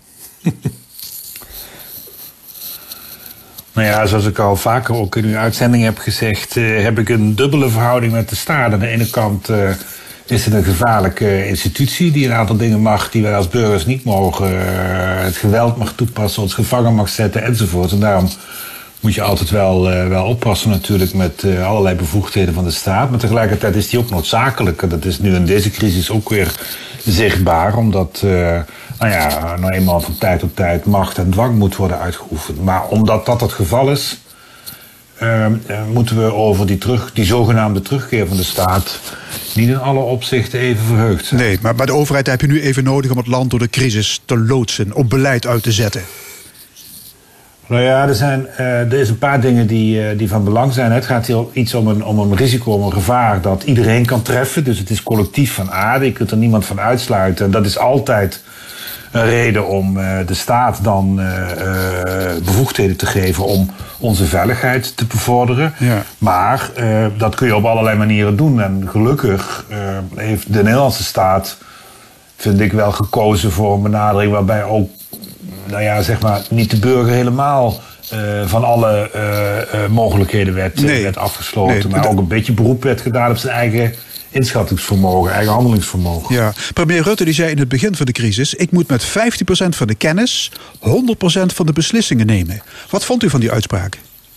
Nou ja, zoals ik al vaker ook in uw uitzending heb gezegd, heb ik een dubbele verhouding met de staat. Aan de ene kant is het een gevaarlijke institutie die een aantal dingen mag die wij als burgers niet mogen. Het geweld mag toepassen, ons gevangen mag zetten enzovoort. En daarom moet je altijd wel oppassen natuurlijk met allerlei bevoegdheden van de staat. Maar tegelijkertijd is die ook noodzakelijk. En dat is nu in deze crisis ook weer zichtbaar. Omdat nou eenmaal van tijd tot tijd macht en dwang moet worden uitgeoefend. Maar omdat dat het geval is, moeten we over die zogenaamde terugkeer van de staat niet in alle opzichten even verheugd zijn. Nee, maar de overheid heb je nu even nodig om het land door de crisis te loodsen, om beleid uit te zetten. Nou ja, er is een paar dingen die van belang zijn. Het gaat hier iets om een risico, om een gevaar dat iedereen kan treffen. Dus het is collectief van aarde. Je kunt er niemand van uitsluiten. En dat is altijd een reden om de staat dan bevoegdheden te geven om onze veiligheid te bevorderen. Ja. Maar dat kun je op allerlei manieren doen. En gelukkig heeft de Nederlandse staat, vind ik, wel gekozen voor een benadering waarbij ook, nou ja, zeg maar, niet de burger helemaal van alle mogelijkheden werd afgesloten. Maar ook een beetje beroep werd gedaan op zijn eigen inschattingsvermogen, eigen handelingsvermogen. Ja, premier Rutte die zei in het begin van de crisis: ik moet met 50% van de kennis 100% van de beslissingen nemen. Wat vond u van die uitspraak?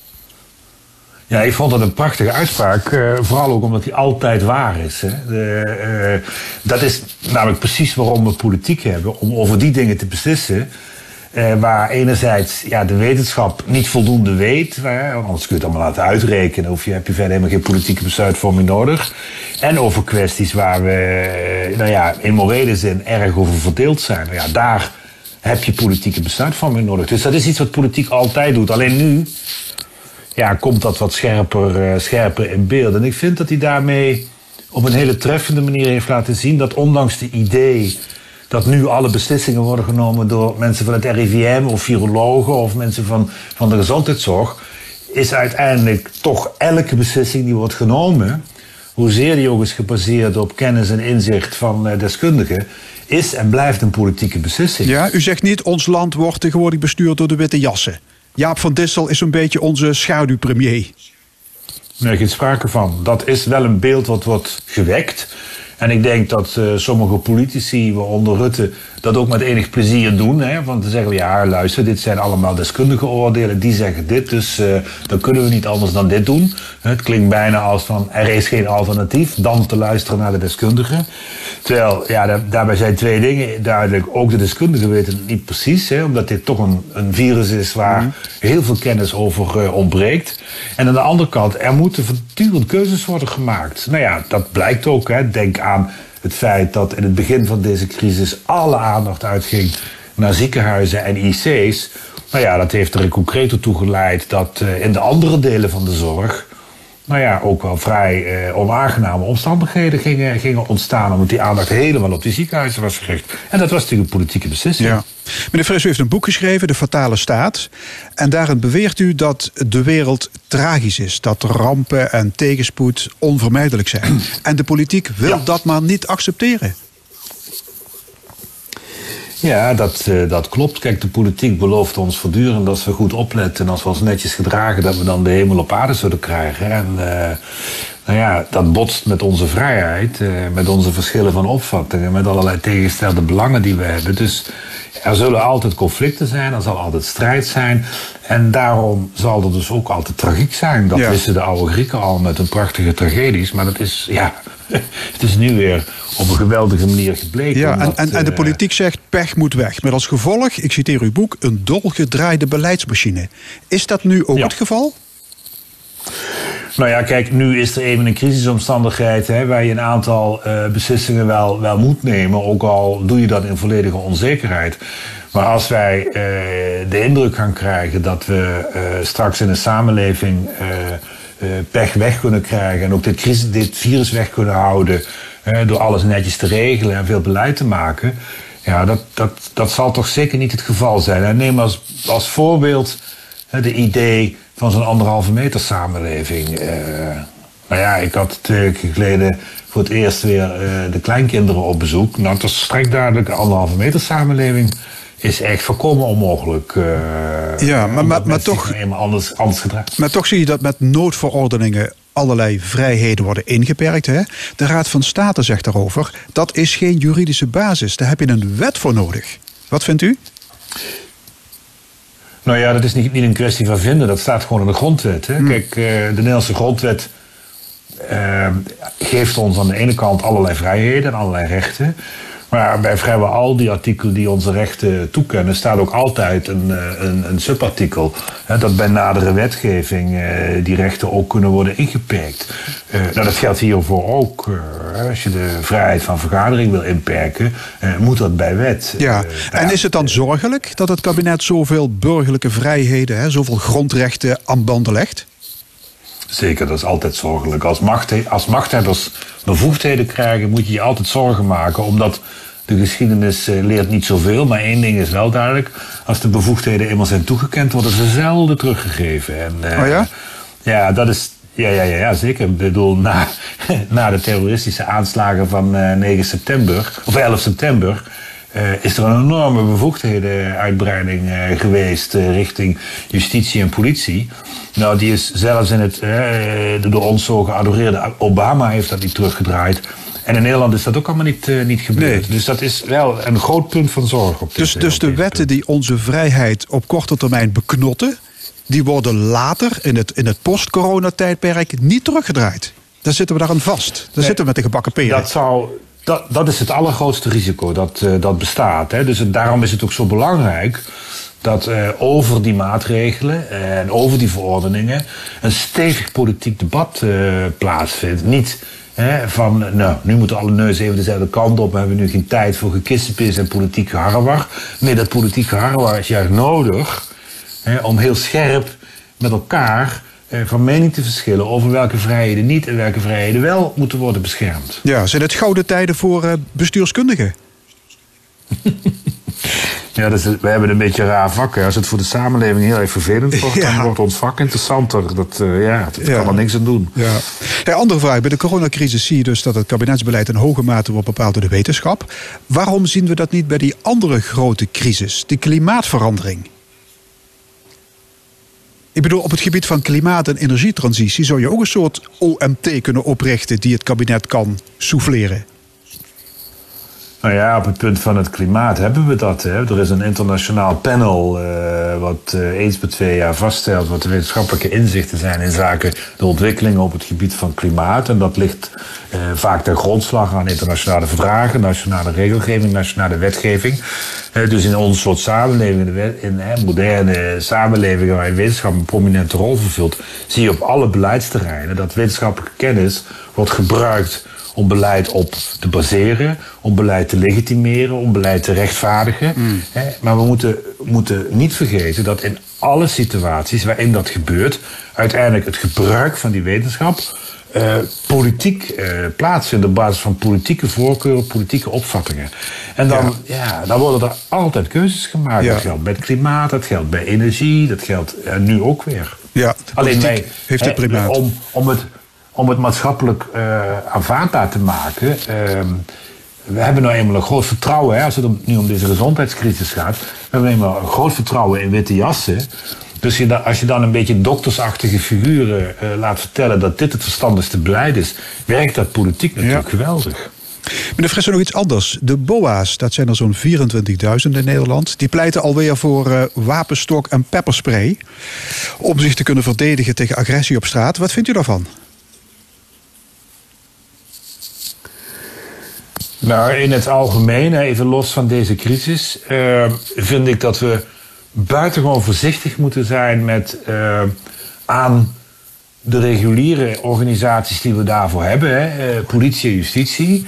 Ja, ik vond dat een prachtige uitspraak. Vooral ook omdat die altijd waar is. Hè. Dat is namelijk precies waarom we politiek hebben. Om over die dingen te beslissen. Waar enerzijds de wetenschap niet voldoende weet. Anders kun je het allemaal laten uitrekenen. Heb je verder helemaal geen politieke besluitvorming nodig. En over kwesties waar we in morele zin erg over verdeeld zijn. Daar heb je politieke besluitvorming nodig. Dus dat is iets wat politiek altijd doet. Alleen nu komt dat wat scherper in beeld. En ik vind dat hij daarmee op een hele treffende manier heeft laten zien dat ondanks de idee dat nu alle beslissingen worden genomen door mensen van het RIVM of virologen of mensen van de gezondheidszorg, is uiteindelijk toch elke beslissing die wordt genomen, hoezeer die ook is gebaseerd op kennis en inzicht van deskundigen, is en blijft een politieke beslissing. Ja, u zegt niet ons land wordt tegenwoordig bestuurd door de witte jassen. Jaap van Dissel is een beetje onze schaduwpremier. Nee, geen sprake van. Dat is wel een beeld wat wordt gewekt. En ik denk dat sommige politici, waaronder Rutte, dat ook met enig plezier doen. Hè? Want dan zeggen we, luister, dit zijn allemaal deskundige oordelen. Die zeggen dit, dus dan kunnen we niet anders dan dit doen. Het klinkt bijna als van, er is geen alternatief dan te luisteren naar de deskundigen. Terwijl, daarbij zijn twee dingen duidelijk. Ook de deskundigen weten het niet precies. Hè? Omdat dit toch een virus is waar heel veel kennis over ontbreekt. En aan de andere kant, er moeten voortdurend keuzes worden gemaakt. Nou ja, dat blijkt ook. Hè? Denk aan het feit dat in het begin van deze crisis alle aandacht uitging naar ziekenhuizen en IC's. Nou ja, dat heeft er in concreet toe geleid dat in de andere delen van de zorg ook wel vrij onaangename omstandigheden gingen ontstaan, omdat die aandacht helemaal op die ziekenhuizen was gericht. En dat was natuurlijk een politieke beslissing. Ja. Meneer Fres, u heeft een boek geschreven, De Fatale Staat. En daarin beweert u dat de wereld tragisch is. Dat rampen en tegenspoed onvermijdelijk zijn. En de politiek wil dat maar niet accepteren. Ja, dat klopt. Kijk, de politiek belooft ons voortdurend als we goed opletten en als we ons netjes gedragen, dat we dan de hemel op aarde zullen krijgen. En dat botst met onze vrijheid, met onze verschillen van opvattingen, met allerlei tegenstelde belangen die we hebben. Dus er zullen altijd conflicten zijn, er zal altijd strijd zijn. En daarom zal er dus ook altijd tragiek zijn. Dat wisten de oude Grieken al met hun prachtige tragedies. Maar dat is, het is nu weer op een geweldige manier gebleken. Ja, en de politiek zegt pech moet weg. Met als gevolg, ik citeer uw boek, een dolgedraaide beleidsmachine. Is dat nu ook het geval? Nou ja, kijk, nu is er even een crisisomstandigheid waar je een aantal beslissingen wel moet nemen. Ook al doe je dat in volledige onzekerheid. Maar als wij de indruk gaan krijgen dat we straks in een samenleving pech weg kunnen krijgen en ook dit virus weg kunnen houden door alles netjes te regelen en veel beleid te maken, dat zal toch zeker niet het geval zijn. En neem als voorbeeld de idee van zo'n 1,5 meter samenleving. Ik had 2 weken geleden voor het eerst weer de kleinkinderen op bezoek. Nou, dat is strekt duidelijk, 1,5 meter samenleving is echt volkomen onmogelijk. Maar toch anders gedragen. Maar toch zie je dat met noodverordeningen allerlei vrijheden worden ingeperkt. Hè? De Raad van State zegt daarover, dat is geen juridische basis. Daar heb je een wet voor nodig. Wat vindt u? Nou ja, dat is niet een kwestie van vinden. Dat staat gewoon in de grondwet. Hè? Kijk, de Nederlandse grondwet geeft ons aan de ene kant allerlei vrijheden en allerlei rechten. Maar Maar bij vrijwel al die artikelen die onze rechten toekennen, staat ook altijd een subartikel. Dat bij nadere wetgeving die rechten ook kunnen worden ingeperkt. Dat geldt hiervoor ook. Als je de vrijheid van vergadering wil inperken, moet dat bij wet. Ja, en is het dan zorgelijk dat het kabinet zoveel burgerlijke vrijheden, zoveel grondrechten aan banden legt? Zeker, dat is altijd zorgelijk. Als machthebbers bevoegdheden krijgen, moet je je altijd zorgen maken. Omdat de geschiedenis leert niet zoveel. Maar één ding is wel duidelijk. Als de bevoegdheden eenmaal zijn toegekend, worden ze zelden teruggegeven. En, oh ja? Ja, dat is... Ja, zeker. Ik bedoel, na de terroristische aanslagen van 9 september, of 11 september... is er een enorme bevoegdhedenuitbreiding geweest richting justitie en politie. Nou, die is zelfs in het door ons zo geadoreerde Obama heeft dat niet teruggedraaid. En in Nederland is dat ook allemaal niet gebeurd. Nee. Dus dat is wel een groot punt van zorg. Dus de wetten die onze vrijheid op korte termijn beknotten, die worden later in het post-corona-tijdperk niet teruggedraaid. Dan zitten we daar aan vast. Dan zitten we met de gebakken peren. Dat is het allergrootste risico dat bestaat. Hè. Dus daarom is het ook zo belangrijk dat over die maatregelen en over die verordeningen een stevig politiek debat plaatsvindt. Niet van, nu moeten alle neuzen even dezelfde kant op, we hebben nu geen tijd voor gekissenpis en politiek geharrewar. Nee, dat politiek geharrewar is juist nodig om heel scherp met elkaar van mening te verschillen over welke vrijheden niet en welke vrijheden wel moeten worden beschermd. Ja, zijn het gouden tijden voor bestuurskundigen? Ja, we hebben een beetje een raar vak. Als het voor de samenleving heel erg vervelend wordt, dan wordt ons vak interessanter. Dat kan er niks aan doen. Ja. Andere vraag. Bij de coronacrisis zie je dus dat het kabinetsbeleid in hoge mate wordt bepaald door de wetenschap. Waarom zien we dat niet bij die andere grote crisis, de klimaatverandering? Ik bedoel, op het gebied van klimaat- en energietransitie zou je ook een soort OMT kunnen oprichten die het kabinet kan souffleren. Nou ja, op het punt van het klimaat hebben we dat. Hè. Er is een internationaal panel wat eens per 2 jaar vaststelt wat de wetenschappelijke inzichten zijn in zaken de ontwikkelingen op het gebied van klimaat. En dat ligt vaak ten grondslag aan internationale verdragen, nationale regelgeving, nationale wetgeving. Dus in ons soort samenleving, in moderne samenlevingen waarin wetenschap een prominente rol vervult, zie je op alle beleidsterreinen dat wetenschappelijke kennis wordt gebruikt om beleid op te baseren, om beleid te legitimeren, om beleid te rechtvaardigen. Maar we moeten niet vergeten dat in alle situaties waarin dat gebeurt, uiteindelijk het gebruik van die wetenschap politiek plaatsvindt op basis van politieke voorkeuren, politieke opvattingen. En dan worden er altijd keuzes gemaakt. Ja. Dat geldt bij het klimaat, dat geldt bij energie, dat geldt nu ook weer. Ja, alleen wij heeft het primaat. Om het maatschappelijk aanvaardbaar te maken. We hebben nou eenmaal een groot vertrouwen, als het nu om deze gezondheidscrisis gaat. We hebben eenmaal een groot vertrouwen in witte jassen. Dus als je dan een beetje doktersachtige figuren laat vertellen dat dit het verstandigste beleid is, werkt dat politiek natuurlijk geweldig. Meneer Frisse, nog iets anders. De BOA's, dat zijn er zo'n 24.000 in Nederland. Die pleiten alweer voor wapenstok en pepperspray om zich te kunnen verdedigen tegen agressie op straat. Wat vindt u daarvan? Nou, in het algemeen, even los van deze crisis, vind ik dat we buitengewoon voorzichtig moeten zijn met aan de reguliere organisaties die we daarvoor hebben, politie en justitie,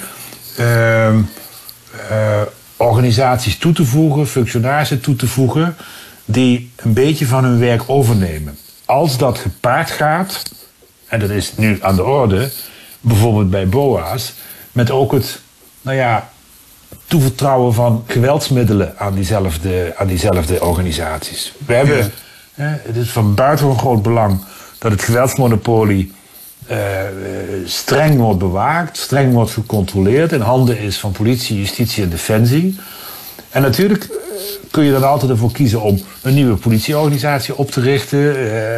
organisaties toe te voegen, functionarissen toe te voegen, die een beetje van hun werk overnemen. Als dat gepaard gaat, en dat is nu aan de orde, bijvoorbeeld bij BOA's, met ook het toevertrouwen van geweldsmiddelen aan diezelfde organisaties. We hebben, het is van buitengewoon groot belang dat het geweldsmonopolie streng wordt bewaakt, streng wordt gecontroleerd, in handen is van politie, justitie en defensie. En natuurlijk kun je dan altijd ervoor kiezen om een nieuwe politieorganisatie op te richten.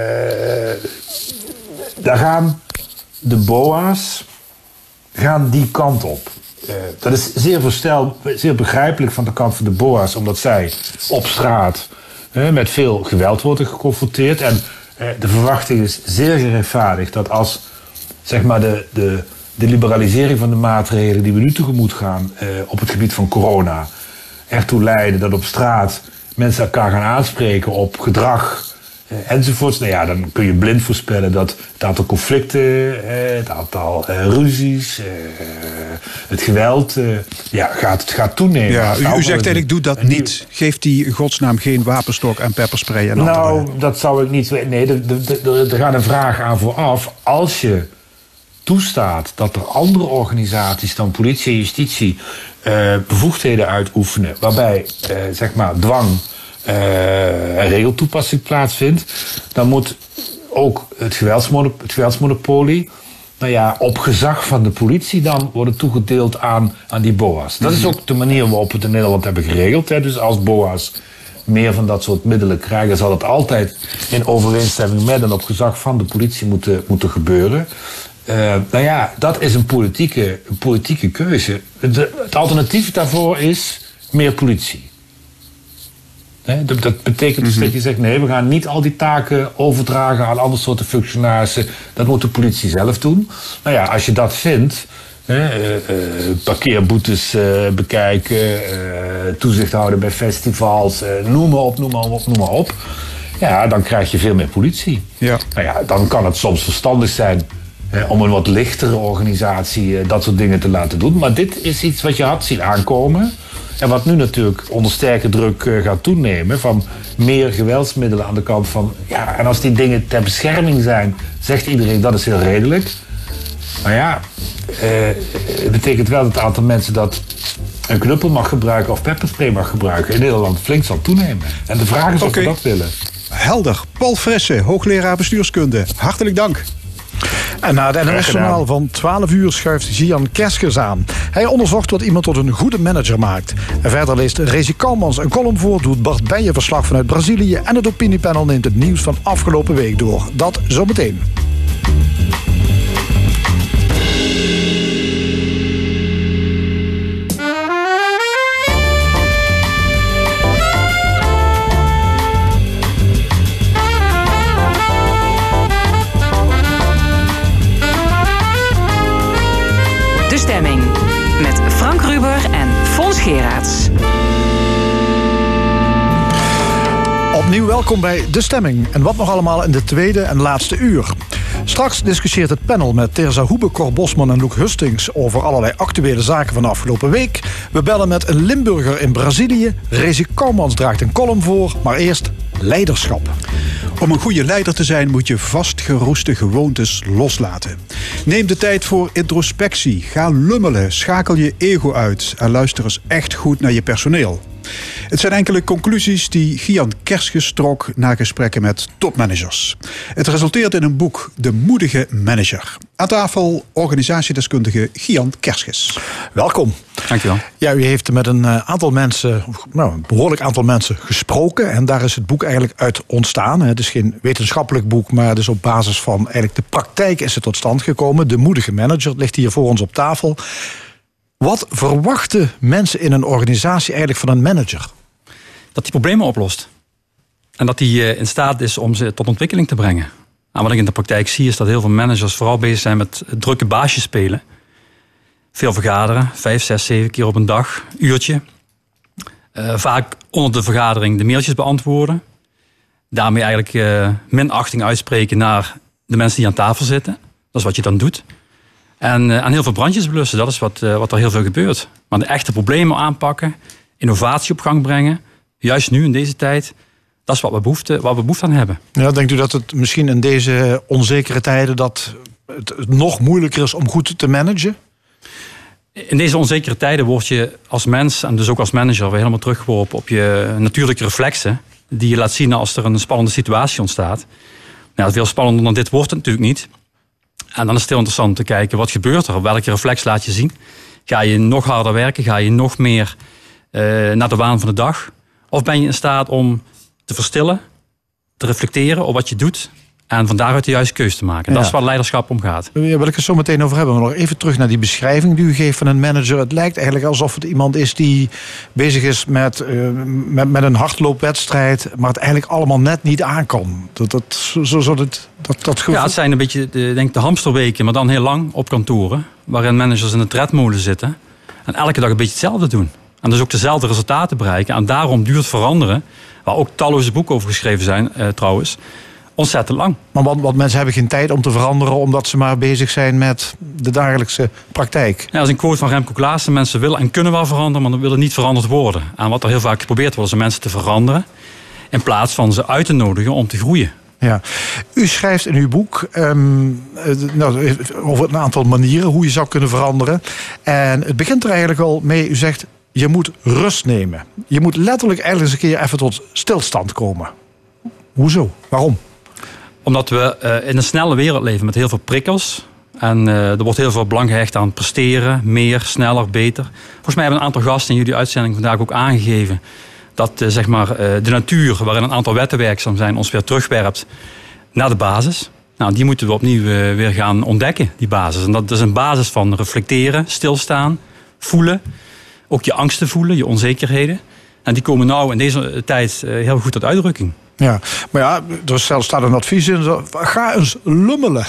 Daar gaan de BOA's die kant op. Dat is zeer begrijpelijk van de kant van de BOA's, omdat zij op straat met veel geweld worden geconfronteerd. En de verwachting is zeer gerechtvaardigd dat als zeg maar de de liberalisering van de maatregelen die we nu tegemoet gaan op het gebied van corona ertoe leiden dat op straat mensen elkaar gaan aanspreken op gedrag enzovoorts. Nou ja, dan kun je blind voorspellen dat het aantal conflicten, het aantal ruzies, het geweld gaat toenemen. Ja, u zegt eigenlijk, doe dat niet. Geef die in godsnaam geen wapenstok en pepperspray en andere. Dat zou ik niet... Nee, er gaat een vraag aan vooraf. Als je toestaat dat er andere organisaties dan politie en justitie bevoegdheden uitoefenen, waarbij zeg maar dwang en regeltoepassing plaatsvindt, dan moet ook het geweldsmonopolie op gezag van de politie dan worden toegedeeld aan die BOA's. Dat is ook de manier waarop we het in Nederland hebben geregeld. Hè. Dus als BOA's meer van dat soort middelen krijgen, zal het altijd in overeenstemming met en op gezag van de politie moeten gebeuren. Dat is een politieke keuze. Het alternatief daarvoor is meer politie. Dat betekent dus dat je zegt, nee, we gaan niet al die taken overdragen aan andere soorten functionarissen. Dat moet de politie zelf doen. Nou ja, als je dat vindt, parkeerboetes bekijken, toezicht houden bij festivals, noem maar op. Ja, dan krijg je veel meer politie. Ja. Nou ja, dan kan het soms verstandig zijn om een wat lichtere organisatie dat soort dingen te laten doen. Maar dit is iets wat je had zien aankomen. En wat nu natuurlijk onder sterke druk gaat toenemen van meer geweldsmiddelen aan de kant van... Ja, en als die dingen ter bescherming zijn, zegt iedereen dat is heel redelijk. Maar ja, het betekent wel dat het aantal mensen dat een knuppel mag gebruiken of pepperspray mag gebruiken in Nederland flink zal toenemen. En de vraag is of we dat willen. Helder. Paul Fresse, hoogleraar bestuurskunde. Hartelijk dank. En na het NOS-journaal van 12 uur schuift Gian Kerskens aan. Hij onderzocht wat iemand tot een goede manager maakt. En verder leest Rezi Kalmans een column voor, doet Bart Beijer verslag vanuit Brazilië en het opiniepanel neemt het nieuws van afgelopen week door. Dat zometeen. Met Frank Ruber en Fons Geraerts. Opnieuw welkom bij De Stemming. En wat nog allemaal in de tweede en laatste uur. Straks discussieert het panel met Teresa Hoebe, Cor Bosman en Loek Hustings over allerlei actuele zaken van de afgelopen week. We bellen met een Limburger in Brazilië. Rezi Kalmans draagt een column voor, maar eerst leiderschap. Om een goede leider te zijn moet je vastgeroeste gewoontes loslaten. Neem de tijd voor introspectie. Ga lummelen, schakel je ego uit en luister eens echt goed naar je personeel. Het zijn enkele conclusies die Gian Kerskens trok na gesprekken met topmanagers. Het resulteert in een boek De Moedige Manager. Aan tafel organisatiedeskundige Gian Kerskens. Welkom. Dankjewel. Ja, u heeft met een aantal mensen, een behoorlijk aantal mensen gesproken. En daar is het boek eigenlijk uit ontstaan. Het is geen wetenschappelijk boek, maar dus op basis van eigenlijk de praktijk is het tot stand gekomen. De Moedige Manager ligt hier voor ons op tafel. Wat verwachten mensen in een organisatie eigenlijk van een manager? Dat hij problemen oplost. En dat hij in staat is om ze tot ontwikkeling te brengen. En wat ik in de praktijk zie is dat heel veel managers vooral bezig zijn met drukke baasjes spelen. Veel vergaderen, 5, 6, 7 keer op een dag, uurtje. Vaak onder de vergadering de mailtjes beantwoorden. Daarmee eigenlijk minachting uitspreken naar de mensen die aan tafel zitten. Dat is wat je dan doet. En heel veel brandjes blussen, dat is wat er heel veel gebeurt. Maar de echte problemen aanpakken, innovatie op gang brengen, juist nu in deze tijd, dat is wat we behoefte aan hebben. Ja, denkt u dat het misschien in deze onzekere tijden dat het nog moeilijker is om goed te managen? In deze onzekere tijden word je als mens en dus ook als manager weer helemaal teruggeworpen op je natuurlijke reflexen, die je laat zien als er een spannende situatie ontstaat. Nou, veel spannender dan dit wordt het natuurlijk niet. En dan is het heel interessant te kijken, wat gebeurt er? Welke reflex laat je zien? Ga je nog harder werken? Ga je nog meer naar de waan van de dag? Of ben je in staat om te verstillen, te reflecteren op wat je doet En van daaruit de juiste keuze te maken. Dat is waar leiderschap om gaat. Daar wil ik het zo meteen over hebben. Maar nog even terug naar die beschrijving die u geeft van een manager. Het lijkt eigenlijk alsof het iemand is die bezig is met een hardloopwedstrijd, maar het eigenlijk allemaal net niet aan kan. Dat gevoel. Ja, het zijn een beetje de hamsterweken, maar dan heel lang op kantoren. Waarin managers in de tredmolen zitten. En elke dag een beetje hetzelfde doen. En dus ook dezelfde resultaten bereiken. En daarom duurt veranderen, waar ook talloze boeken over geschreven zijn trouwens, ontzettend lang. Maar want mensen hebben geen tijd om te veranderen, omdat ze maar bezig zijn met de dagelijkse praktijk. Ja, dat is een quote van Remco Klaassen. Mensen willen en kunnen wel veranderen, maar dan willen niet veranderd worden. En wat er heel vaak geprobeerd wordt, is om mensen te veranderen, in plaats van ze uit te nodigen om te groeien. Ja. U schrijft in uw boek over een aantal manieren hoe je zou kunnen veranderen. En het begint er eigenlijk al mee, u zegt, je moet rust nemen. Je moet letterlijk eigenlijk eens een keer even tot stilstand komen. Hoezo? Waarom? Omdat we in een snelle wereld leven met heel veel prikkels. En er wordt heel veel belang gehecht aan presteren, meer, sneller, beter. Volgens mij hebben een aantal gasten in jullie uitzending vandaag ook aangegeven dat de natuur, waarin een aantal wetten werkzaam zijn, ons weer terugwerpt naar de basis. Nou, die moeten we opnieuw weer gaan ontdekken, die basis. En dat is een basis van reflecteren, stilstaan, voelen. Ook je angsten voelen, je onzekerheden. En die komen nou in deze tijd heel goed tot uitdrukking. Ja, maar ja, er staat een advies in. Ga eens lummelen.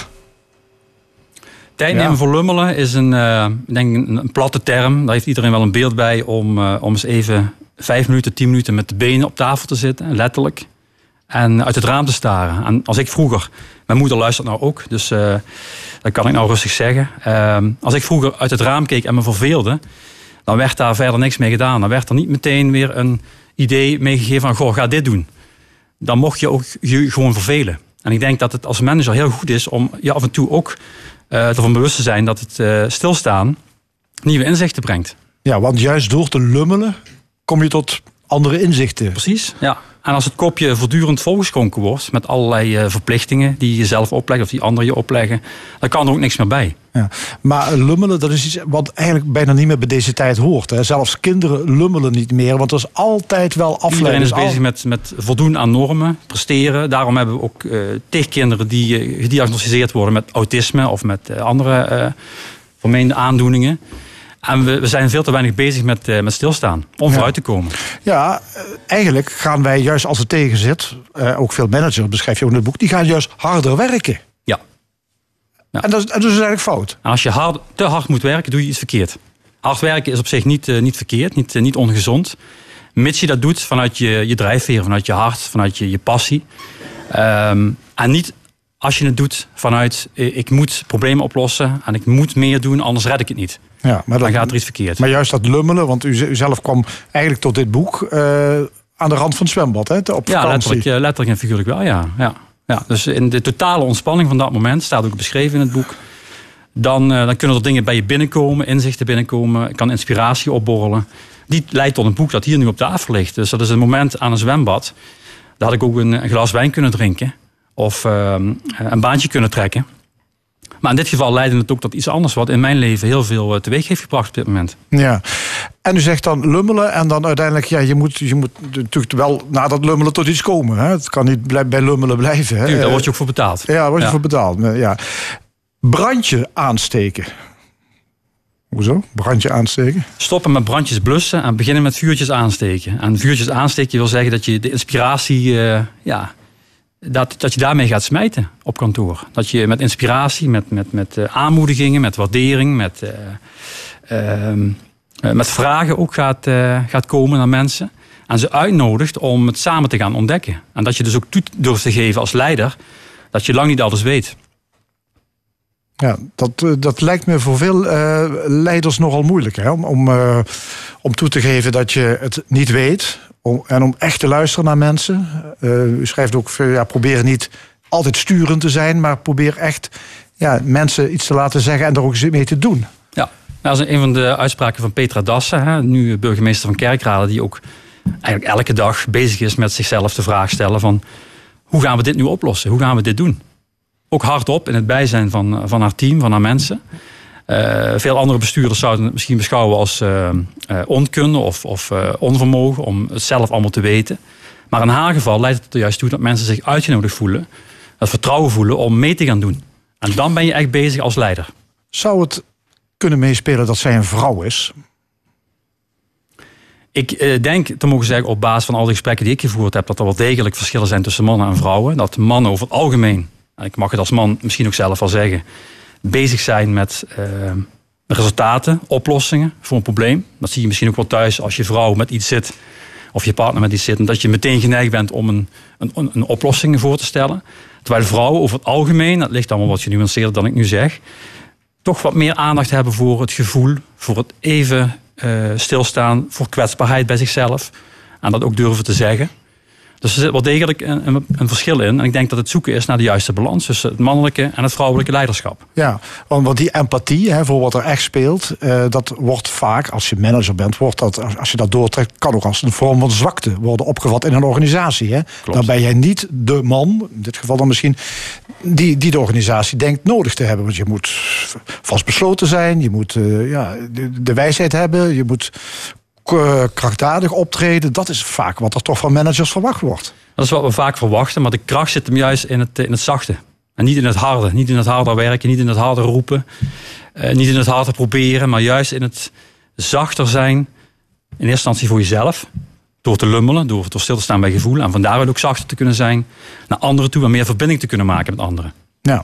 Tijd nemen voor lummelen is een platte term. Daar heeft iedereen wel een beeld bij om eens even 5 minuten, 10 minuten met de benen op tafel te zitten, letterlijk. En uit het raam te staren. En als ik vroeger, mijn moeder luistert nou ook, dus dat kan ik nou rustig zeggen. Als ik vroeger uit het raam keek en me verveelde, dan werd daar verder niks mee gedaan. Dan werd er niet meteen weer een idee meegegeven van, goh, ga dit doen. Dan mocht je ook je gewoon vervelen. En ik denk dat het als manager heel goed is om je af en toe ook ervan bewust te zijn dat het stilstaan nieuwe inzichten brengt. Ja, want juist door te lummelen kom je tot andere inzichten. Precies, ja. En als het kopje voortdurend volgeschonken wordt met allerlei verplichtingen die je zelf oplegt of die anderen je opleggen, dan kan er ook niks meer bij. Ja. Maar lummelen, dat is iets wat eigenlijk bijna niet meer bij deze tijd hoort. Hè. Zelfs kinderen lummelen niet meer, want er is altijd wel afleiding. Iedereen is bezig met voldoen aan normen, presteren. Daarom hebben we ook tegen kinderen die gediagnosticeerd worden met autisme of met andere vermeende aandoeningen. En we zijn veel te weinig bezig met stilstaan, om vooruit te komen. Ja, eigenlijk gaan wij juist als het tegen zit, ook veel managers, beschrijf je ook in het boek, die gaan juist harder werken. Ja. En dat is eigenlijk fout. En als je te hard moet werken, doe je iets verkeerd. Hard werken is op zich niet verkeerd, niet ongezond. Mits je dat doet vanuit je drijfveer, vanuit je hart, vanuit je passie. En niet als je het doet vanuit ik moet problemen oplossen en ik moet meer doen, anders red ik het niet. Ja, maar dan gaat er iets verkeerd. Maar juist dat lummelen, want u zelf kwam eigenlijk tot dit boek aan de rand van het zwembad, hè, op vakantie. Ja, letterlijk en figuurlijk wel, ja. Dus in de totale ontspanning van dat moment, staat ook beschreven in het boek, dan kunnen er dingen bij je binnenkomen, inzichten binnenkomen, kan inspiratie opborrelen. Die leidt tot een boek dat hier nu op tafel ligt. Dus dat is een moment aan een zwembad. Daar had ik ook een glas wijn kunnen drinken of een baantje kunnen trekken. Maar in dit geval leidde het ook tot iets anders wat in mijn leven heel veel teweeg heeft gebracht op dit moment. Ja, en u zegt dan lummelen en dan uiteindelijk, ja, je moet natuurlijk wel na dat lummelen tot iets komen. Hè? Het kan niet bij lummelen blijven. Hè? Tuurlijk, daar word je ook voor betaald. Ja, daar word je voor betaald. Ja. Brandje aansteken. Hoezo? Brandje aansteken? Stoppen met brandjes blussen en beginnen met vuurtjes aansteken. En vuurtjes aansteken wil zeggen dat je de inspiratie, dat je daarmee gaat smijten op kantoor. Dat je met inspiratie, met aanmoedigingen, met waardering, met vragen ook gaat komen naar mensen. En ze uitnodigt om het samen te gaan ontdekken. En dat je dus ook toe durft te geven als leider dat je lang niet alles weet. Ja, dat lijkt me voor veel leiders nogal moeilijk. Hè? Om toe te geven dat je het niet weet. En om echt te luisteren naar mensen. U schrijft ook, probeer niet altijd sturend te zijn. Maar probeer echt mensen iets te laten zeggen en er ook iets mee te doen. Ja, dat is een van de uitspraken van Petra Dassen. Hè, nu burgemeester van Kerkrade. Die ook eigenlijk elke dag bezig is met zichzelf de vraag stellen van, hoe gaan we dit nu oplossen? Hoe gaan we dit doen? Ook hardop in het bijzijn van haar team, van haar mensen. Veel andere bestuurders zouden het misschien beschouwen als onkunde of onvermogen om het zelf allemaal te weten. Maar in haar geval leidt het er juist toe dat mensen zich uitgenodigd voelen het vertrouwen voelen om mee te gaan doen. En dan ben je echt bezig als leider. Zou het kunnen meespelen dat zij een vrouw is? Ik denk te mogen zeggen, op basis van al die gesprekken die ik gevoerd heb, dat er wel degelijk verschillen zijn tussen mannen en vrouwen. Dat mannen over het algemeen, en ik mag het als man misschien ook zelf wel zeggen, bezig zijn met resultaten, oplossingen voor een probleem. Dat zie je misschien ook wel thuis als je vrouw met iets zit, of je partner met iets zit, en dat je meteen geneigd bent om een oplossing voor te stellen. Terwijl vrouwen over het algemeen, dat ligt allemaal wat genuanceerder dan ik nu zeg, toch wat meer aandacht hebben voor het gevoel, voor het even stilstaan, voor kwetsbaarheid bij zichzelf. En dat ook durven te zeggen. Dus er zit wel degelijk een verschil in. En ik denk dat het zoeken is naar de juiste balans tussen het mannelijke en het vrouwelijke leiderschap. Ja, want die empathie voor wat er echt speelt, dat wordt vaak, als je manager bent, wordt dat, als je dat doortrekt, kan ook als een vorm van zwakte worden opgevat in een organisatie. Hè? Dan ben jij niet de man, in dit geval dan misschien, die de organisatie denkt nodig te hebben. Want je moet vastbesloten zijn, je moet de wijsheid hebben, je moet krachtdadig optreden. Dat is vaak wat er toch van managers verwacht wordt. Dat is wat we vaak verwachten, maar de kracht zit hem juist in het zachte. En niet in het harde. Niet in het harder werken, niet in het harder roepen. Niet in het harder proberen, maar juist in het zachter zijn. In eerste instantie voor jezelf. Door te lummelen, door stil te staan bij gevoel. En van daaruit ook zachter te kunnen zijn naar anderen toe en meer verbinding te kunnen maken met anderen. Ja.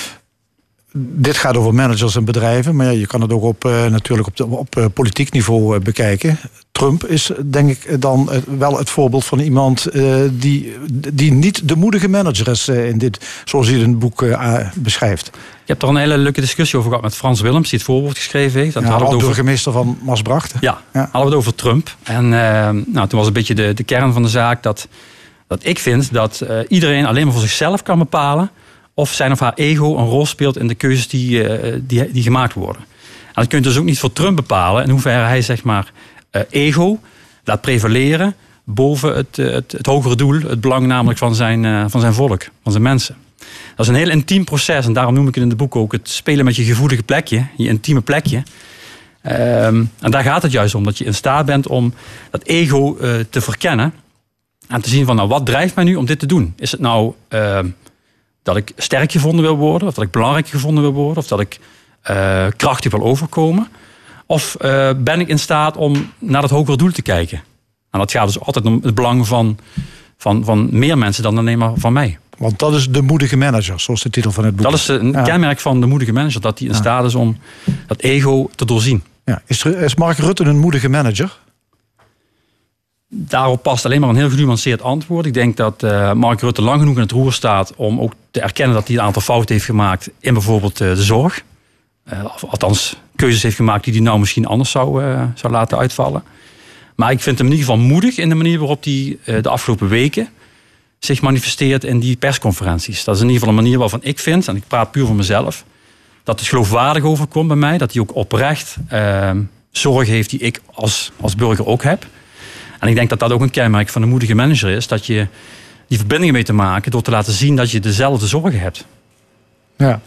Dit gaat over managers en bedrijven, maar je kan het ook natuurlijk op politiek niveau bekijken. Trump is denk ik dan wel het voorbeeld van iemand die niet de moedige manager is in dit, zoals hij het in het boek beschrijft. Ik heb er een hele leuke discussie over gehad met Frans Willems, die het voorwoord geschreven heeft. Burgemeester van Maasbracht. Ja, hadden we het over Trump. En toen was een beetje de kern van de zaak dat ik vind dat iedereen alleen maar voor zichzelf kan bepalen of zijn of haar ego een rol speelt in de keuzes die gemaakt worden. En dat kun je dus ook niet voor Trump bepalen, in hoeverre hij zeg maar ego laat prevaleren boven het hogere doel, het belang namelijk van zijn volk, van zijn mensen. Dat is een heel intiem proces en daarom noem ik het in het boek ook het spelen met je gevoelige plekje, je intieme plekje. En daar gaat het juist om, dat je in staat bent om dat ego te verkennen en te zien van wat drijft mij nu om dit te doen? Is het nou dat ik sterk gevonden wil worden, of dat ik belangrijk gevonden wil worden, of dat ik krachtig wil overkomen? Of ben ik in staat om naar het hogere doel te kijken? En dat gaat dus altijd om het belang van meer mensen dan alleen maar van mij. Want dat is de moedige manager, zoals de titel van het boek. Dat is een kenmerk van de moedige manager, dat hij in staat is om dat ego te doorzien. Ja. Is Mark Rutte een moedige manager? Daarop past alleen maar een heel genuanceerd antwoord. Ik denk dat Mark Rutte lang genoeg in het roer staat om ook te erkennen dat hij een aantal fouten heeft gemaakt in bijvoorbeeld de zorg. Althans, keuzes heeft gemaakt die hij nou misschien anders zou laten uitvallen. Maar ik vind hem in ieder geval moedig in de manier waarop hij de afgelopen weken zich manifesteert in die persconferenties. Dat is in ieder geval een manier waarvan ik vind, en ik praat puur voor mezelf, dat het geloofwaardig overkomt bij mij. Dat hij ook oprecht zorg heeft die ik als burger ook heb. En ik denk dat dat ook een kenmerk van een moedige manager is. Dat je die verbindingen mee te maken door te laten zien dat je dezelfde zorgen hebt. Ja.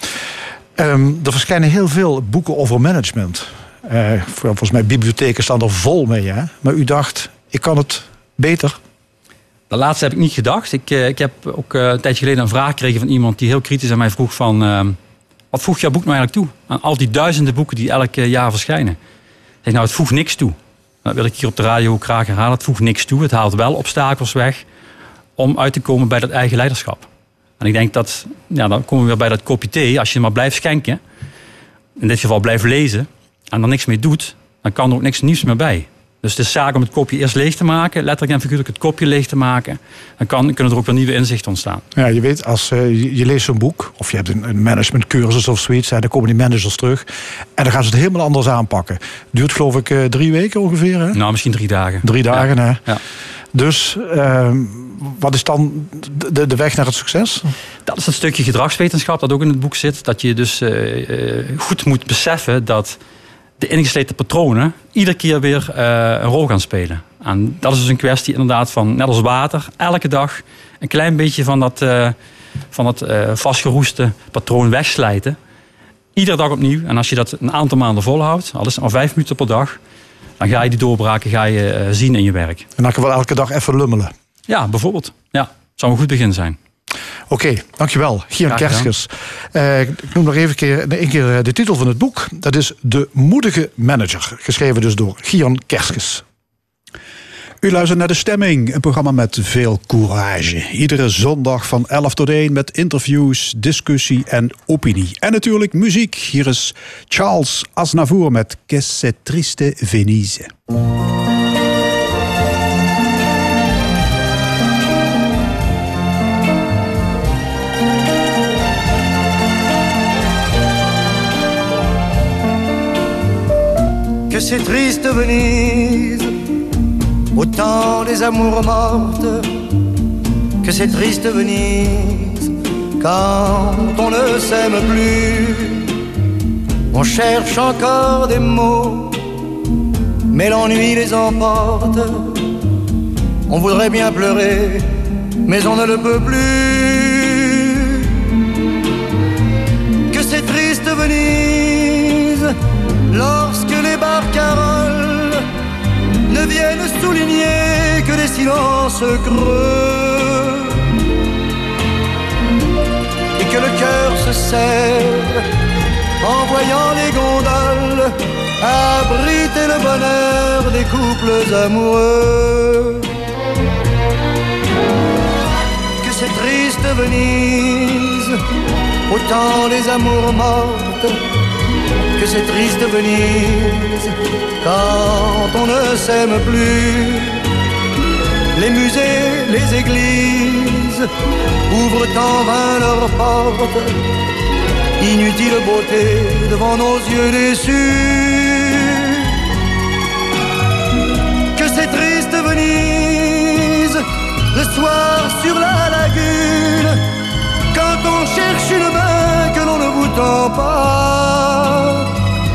Er verschijnen heel veel boeken over management. Volgens mij bibliotheken staan er vol mee. Hè? Maar u dacht, ik kan het beter. Dat laatste heb ik niet gedacht. Ik heb ook een tijdje geleden een vraag gekregen van iemand die heel kritisch aan mij vroeg van wat voegt jouw boek nou eigenlijk toe? Aan al die duizenden boeken die elk jaar verschijnen. Ik zeg, nou, het voegt niks toe. Dat wil ik hier op de radio ook graag herhalen. Het voegt niks toe. Het haalt wel obstakels weg om uit te komen bij dat eigen leiderschap. En ik denk dat, dan komen we weer bij dat kopje thee. Als je maar blijft schenken, in dit geval blijft lezen, en er niks mee doet, dan kan er ook niks nieuws meer bij. Dus het is zaak om het kopje eerst leeg te maken, letterlijk en figuurlijk het kopje leeg te maken. Dan kunnen er ook weer nieuwe inzichten ontstaan. Ja, je weet, als je leest zo'n boek, of je hebt een managementcursus of zoiets, dan komen die managers terug en dan gaan ze het helemaal anders aanpakken. Duurt geloof ik 3 weken ongeveer, hè? Nou, misschien 3 dagen. 3 dagen, ja. Hè? Ja. Dus wat is dan de weg naar het succes? Dat is het stukje gedragswetenschap dat ook in het boek zit. Dat je dus goed moet beseffen dat de ingesleten patronen iedere keer weer een rol gaan spelen. En dat is dus een kwestie inderdaad van, net als water, elke dag een klein beetje van dat vastgeroeste patroon wegslijten. Iedere dag opnieuw. En als je dat een aantal maanden volhoudt, al is het maar 5 minuten per dag, dan ga je die doorbraken zien in je werk. En dan kan je wel elke dag even lummelen. Ja, bijvoorbeeld. Ja, zou een goed begin zijn. Oké, dankjewel. Gian Kerskes. Ik noem nog even een keer de titel van het boek. Dat is De Moedige Manager. Geschreven dus door Gian Kerskes. U luistert naar De Stemming, een programma met veel courage. Iedere zondag van 11 tot 1 met interviews, discussie en opinie. En natuurlijk muziek. Hier is Charles Aznavour met Que c'est triste Venise. Que c'est triste Venise, au temps des amours mortes. Que c'est triste Venise, quand on ne s'aime plus. On cherche encore des mots, mais l'ennui les emporte. On voudrait bien pleurer, mais on ne le peut plus. Que c'est triste Venise, lorsque les barcaroles ne viennent souligner que des silences creux, et que le cœur se serre en voyant les gondoles abriter le bonheur des couples amoureux. Que c'est triste Venise, au temps des amours mortes. Que c'est triste Venise, quand on ne s'aime plus. Les musées, les églises ouvrent en vain leurs portes. Inutile beauté devant nos yeux déçus. Que c'est triste Venise, le soir sur la lagune, quand on cherche une main que l'on ne vous tend pas,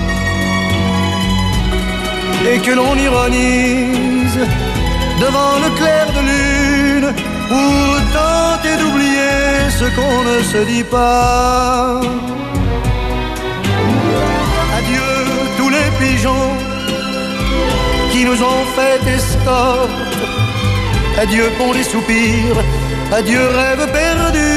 et que l'on ironise devant le clair de lune pour tenter d'oublier ce qu'on ne se dit pas. Adieu tous les pigeons qui nous ont fait escorte. Adieu pour les soupirs, adieu rêve perdu.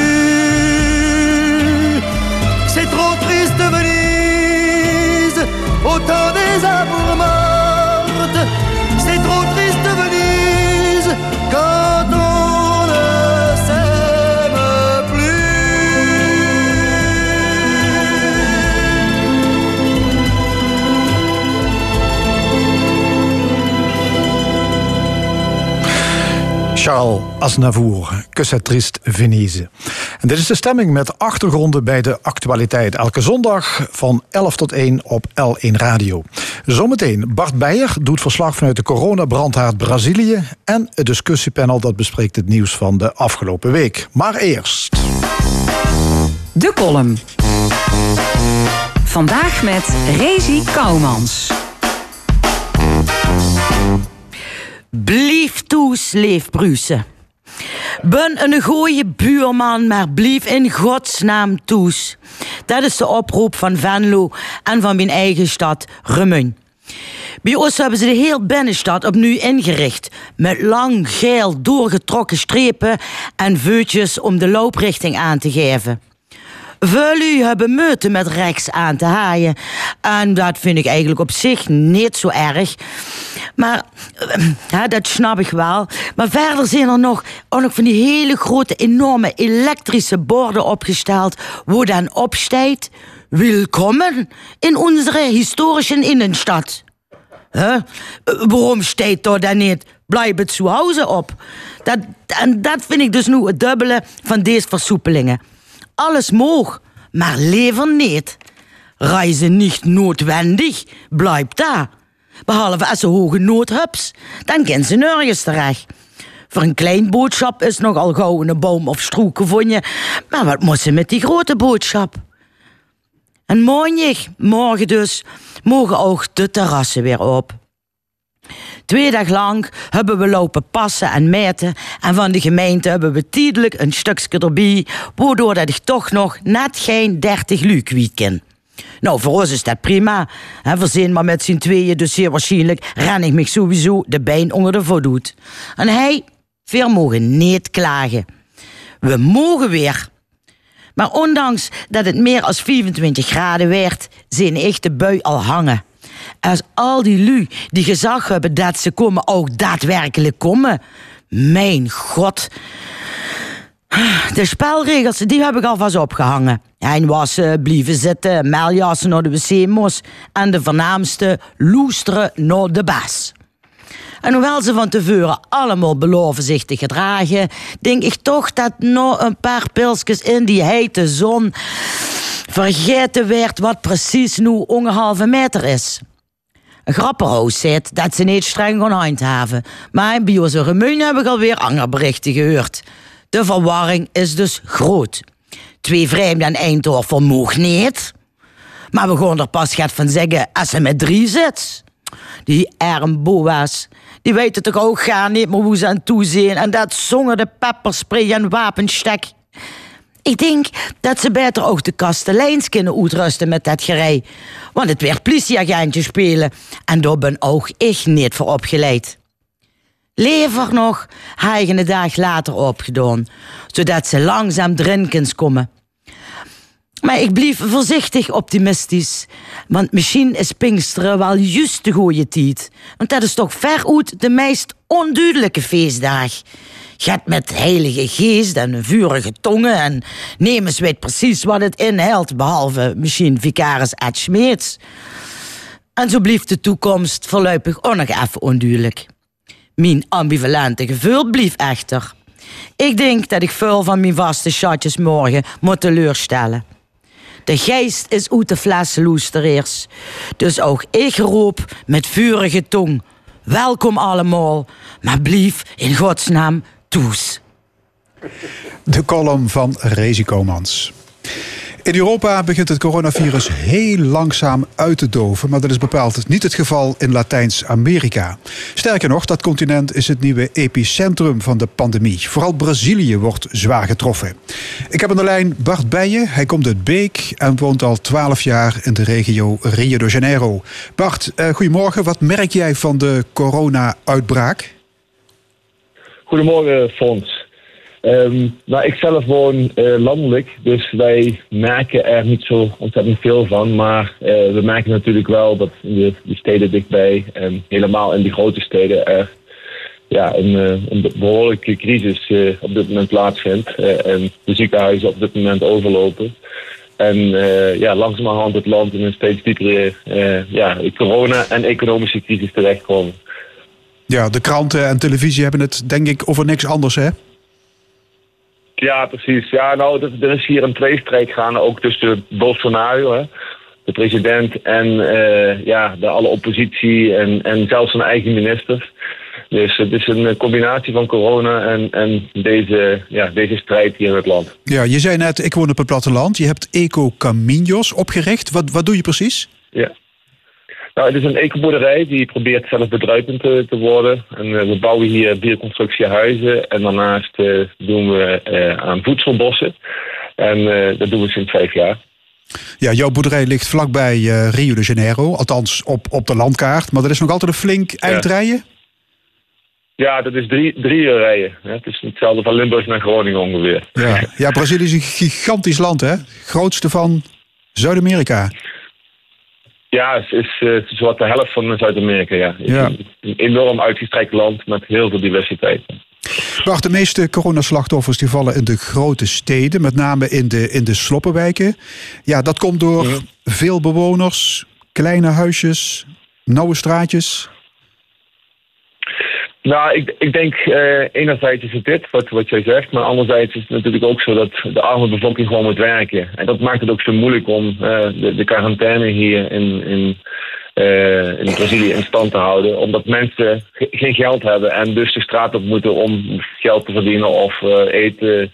C'est trop triste Venise, au temps des amours mortes. C'est trop triste Venise, quand on ne s'aime plus. Charles Aznavour, Que c'est triste Venise. En dit is De Stemming met achtergronden bij de actualiteit. Elke zondag van 11 tot 1 op L1 Radio. Zometeen Bart Beijer doet verslag vanuit de coronabrandhaard Brazilië. En het discussiepanel dat bespreekt het nieuws van de afgelopen week. Maar eerst... De column. Vandaag met Rezi Kouwmans. Blief toes, leef Bruce. Ben een goeie buurman, maar blief in godsnaam toes. Dat is de oproep van Venlo en van mijn eigen stad, Rummen. Bij ons hebben ze de hele binnenstad opnieuw ingericht. Met lang, geel, doorgetrokken strepen en veutjes om de looprichting aan te geven. Velu hebben meuten met rechts aan te haaien. En dat vind ik eigenlijk op zich niet zo erg. Maar, dat snap ik wel. Maar verder zijn er nog van die hele grote, enorme elektrische borden opgesteld, waar dan op staat: Welkom in onze historische innenstad. Waarom staat er dan niet blijf zu Hause op? Dat vind ik dus nu het dubbele van deze versoepelingen. Alles moog, maar leven niet. Reizen niet noodwendig, blijf daar. Behalve als ze hoge nood hebt, dan gaan ze nergens terecht. Voor een klein boodschap is nogal gauw een boom of stroek gevonden. Maar wat moet ze met die grote boodschap? En morgen dus, mogen ook de terrassen weer op. 2 dagen lang hebben we lopen passen en meten. En van de gemeente hebben we tijdelijk een stukje erbij, waardoor dat ik toch nog net geen 30 lui kwijt kan. Nou, voor ons is dat prima. We zijn maar met z'n tweeën, dus zeer waarschijnlijk ren ik me sowieso de been onder de voet doet. En hij, veel mogen niet klagen. We mogen weer. Maar ondanks dat het meer als 24 graden werd, zijn echt de bui al hangen. Als al die lui die gezag hebben dat ze komen ook daadwerkelijk komen. Mijn god. De spelregels, die heb ik alvast opgehangen. Heenwassen, blijven zitten, meljassen naar de wc-mos en de voornaamste loesteren naar de bas. En hoewel ze van tevoren allemaal beloven zich te gedragen, denk ik toch dat nog een paar pilsjes in die hete zon vergeten werd wat precies nu 1,5 meter is. Een grappenhuis zegt dat ze niet streng gaan handhaven, maar bij onze gemeente heb ik alweer andere berichten gehoord. De verwarring is dus groot. 2 vreemden en Eindhoven mocht niet. Maar we gaan er pas van zeggen als ze met 3 zit. Die boa's, die weten toch ook gaan niet meer hoe ze aan toe zijn. En dat zongen de pepperspray en wapenstek. Ik denk dat ze beter ook de kasteleins kunnen uitrusten met dat gerei. Want het werd politieagentje spelen. En daar ben ook ik niet voor opgeleid. Lever nog, heb een dag later opgedaan. Zodat ze langzaam drinkens komen. Maar ik blijf voorzichtig optimistisch. Want misschien is Pinksteren wel juist de goeie tijd. Want dat is toch veruit de meest onduidelijke feestdag. Gaat met heilige geest en vurige tongen. En nemens weet precies wat het inhoudt. Behalve misschien vicaris Ed Smeets. En zo blijft de toekomst voorlopig ook nog even onduidelijk. Mijn ambivalente gevoel blijft echter. Ik denk dat ik veel van mijn vaste schatjes morgen moet teleurstellen. De geest is uit de fles loestereers. Dus ook ik roep met vurige tong. Welkom allemaal, maar blijf in godsnaam toes. De column van Rezi Komans. In Europa begint het coronavirus heel langzaam uit te doven, maar dat is bepaald niet het geval in Latijns-Amerika. Sterker nog, dat continent is het nieuwe epicentrum van de pandemie. Vooral Brazilië wordt zwaar getroffen. Ik heb aan de lijn Bart Beijen. Hij komt uit Beek en woont al 12 jaar in de regio Rio de Janeiro. Bart, goedemorgen. Wat merk jij van de corona-uitbraak? Goedemorgen, Fons. Nou, ik zelf woon landelijk, dus wij merken er niet zo ontzettend veel van. Maar we merken natuurlijk wel dat in de steden dichtbij en helemaal in die grote steden er een behoorlijke crisis op dit moment plaatsvindt. En de ziekenhuizen op dit moment overlopen. En langzamerhand het land in een steeds diepere corona- en economische crisis terechtkomen. Ja, de kranten en televisie hebben het denk ik over niks anders, hè? Ja, precies. Ja, nou, er is hier een tweestrijd gaande, ook tussen Bolsonaro, hè, de president, en alle oppositie en zelfs zijn eigen minister. Dus het is een combinatie van corona en deze strijd hier in het land. Ja, je zei net, ik woon op het platteland. Je hebt Eco Caminhos opgericht. Wat doe je precies? Ja. Nou, het is een ecoboerderij die probeert zelfbedruipend te worden. En we bouwen hier bioconstructiehuizen. En daarnaast doen we aan voedselbossen. En dat doen we sinds 5 jaar. Ja, jouw boerderij ligt vlakbij Rio de Janeiro. Althans op de landkaart. Maar dat is nog altijd een flink eindrijden? Ja, dat is 3 uur rijden. Het is hetzelfde van Limburg naar Groningen ongeveer. Ja, Brazilië is een gigantisch land, hè? Grootste van Zuid-Amerika. Ja, het is zowat de helft van Zuid-Amerika, ja. Een enorm uitgestrekt land met heel veel diversiteit. Wacht, de meeste coronaslachtoffers die vallen in de grote steden, met name in de sloppenwijken. Ja, dat komt door veel bewoners, kleine huisjes, nauwe straatjes. Nou, ik denk enerzijds is het dit, wat jij zegt. Maar anderzijds is het natuurlijk ook zo dat de arme bevolking gewoon moet werken. En dat maakt het ook zo moeilijk om de quarantaine hier in Brazilië in stand te houden. Omdat mensen geen geld hebben en dus de straat op moeten om geld te verdienen of eten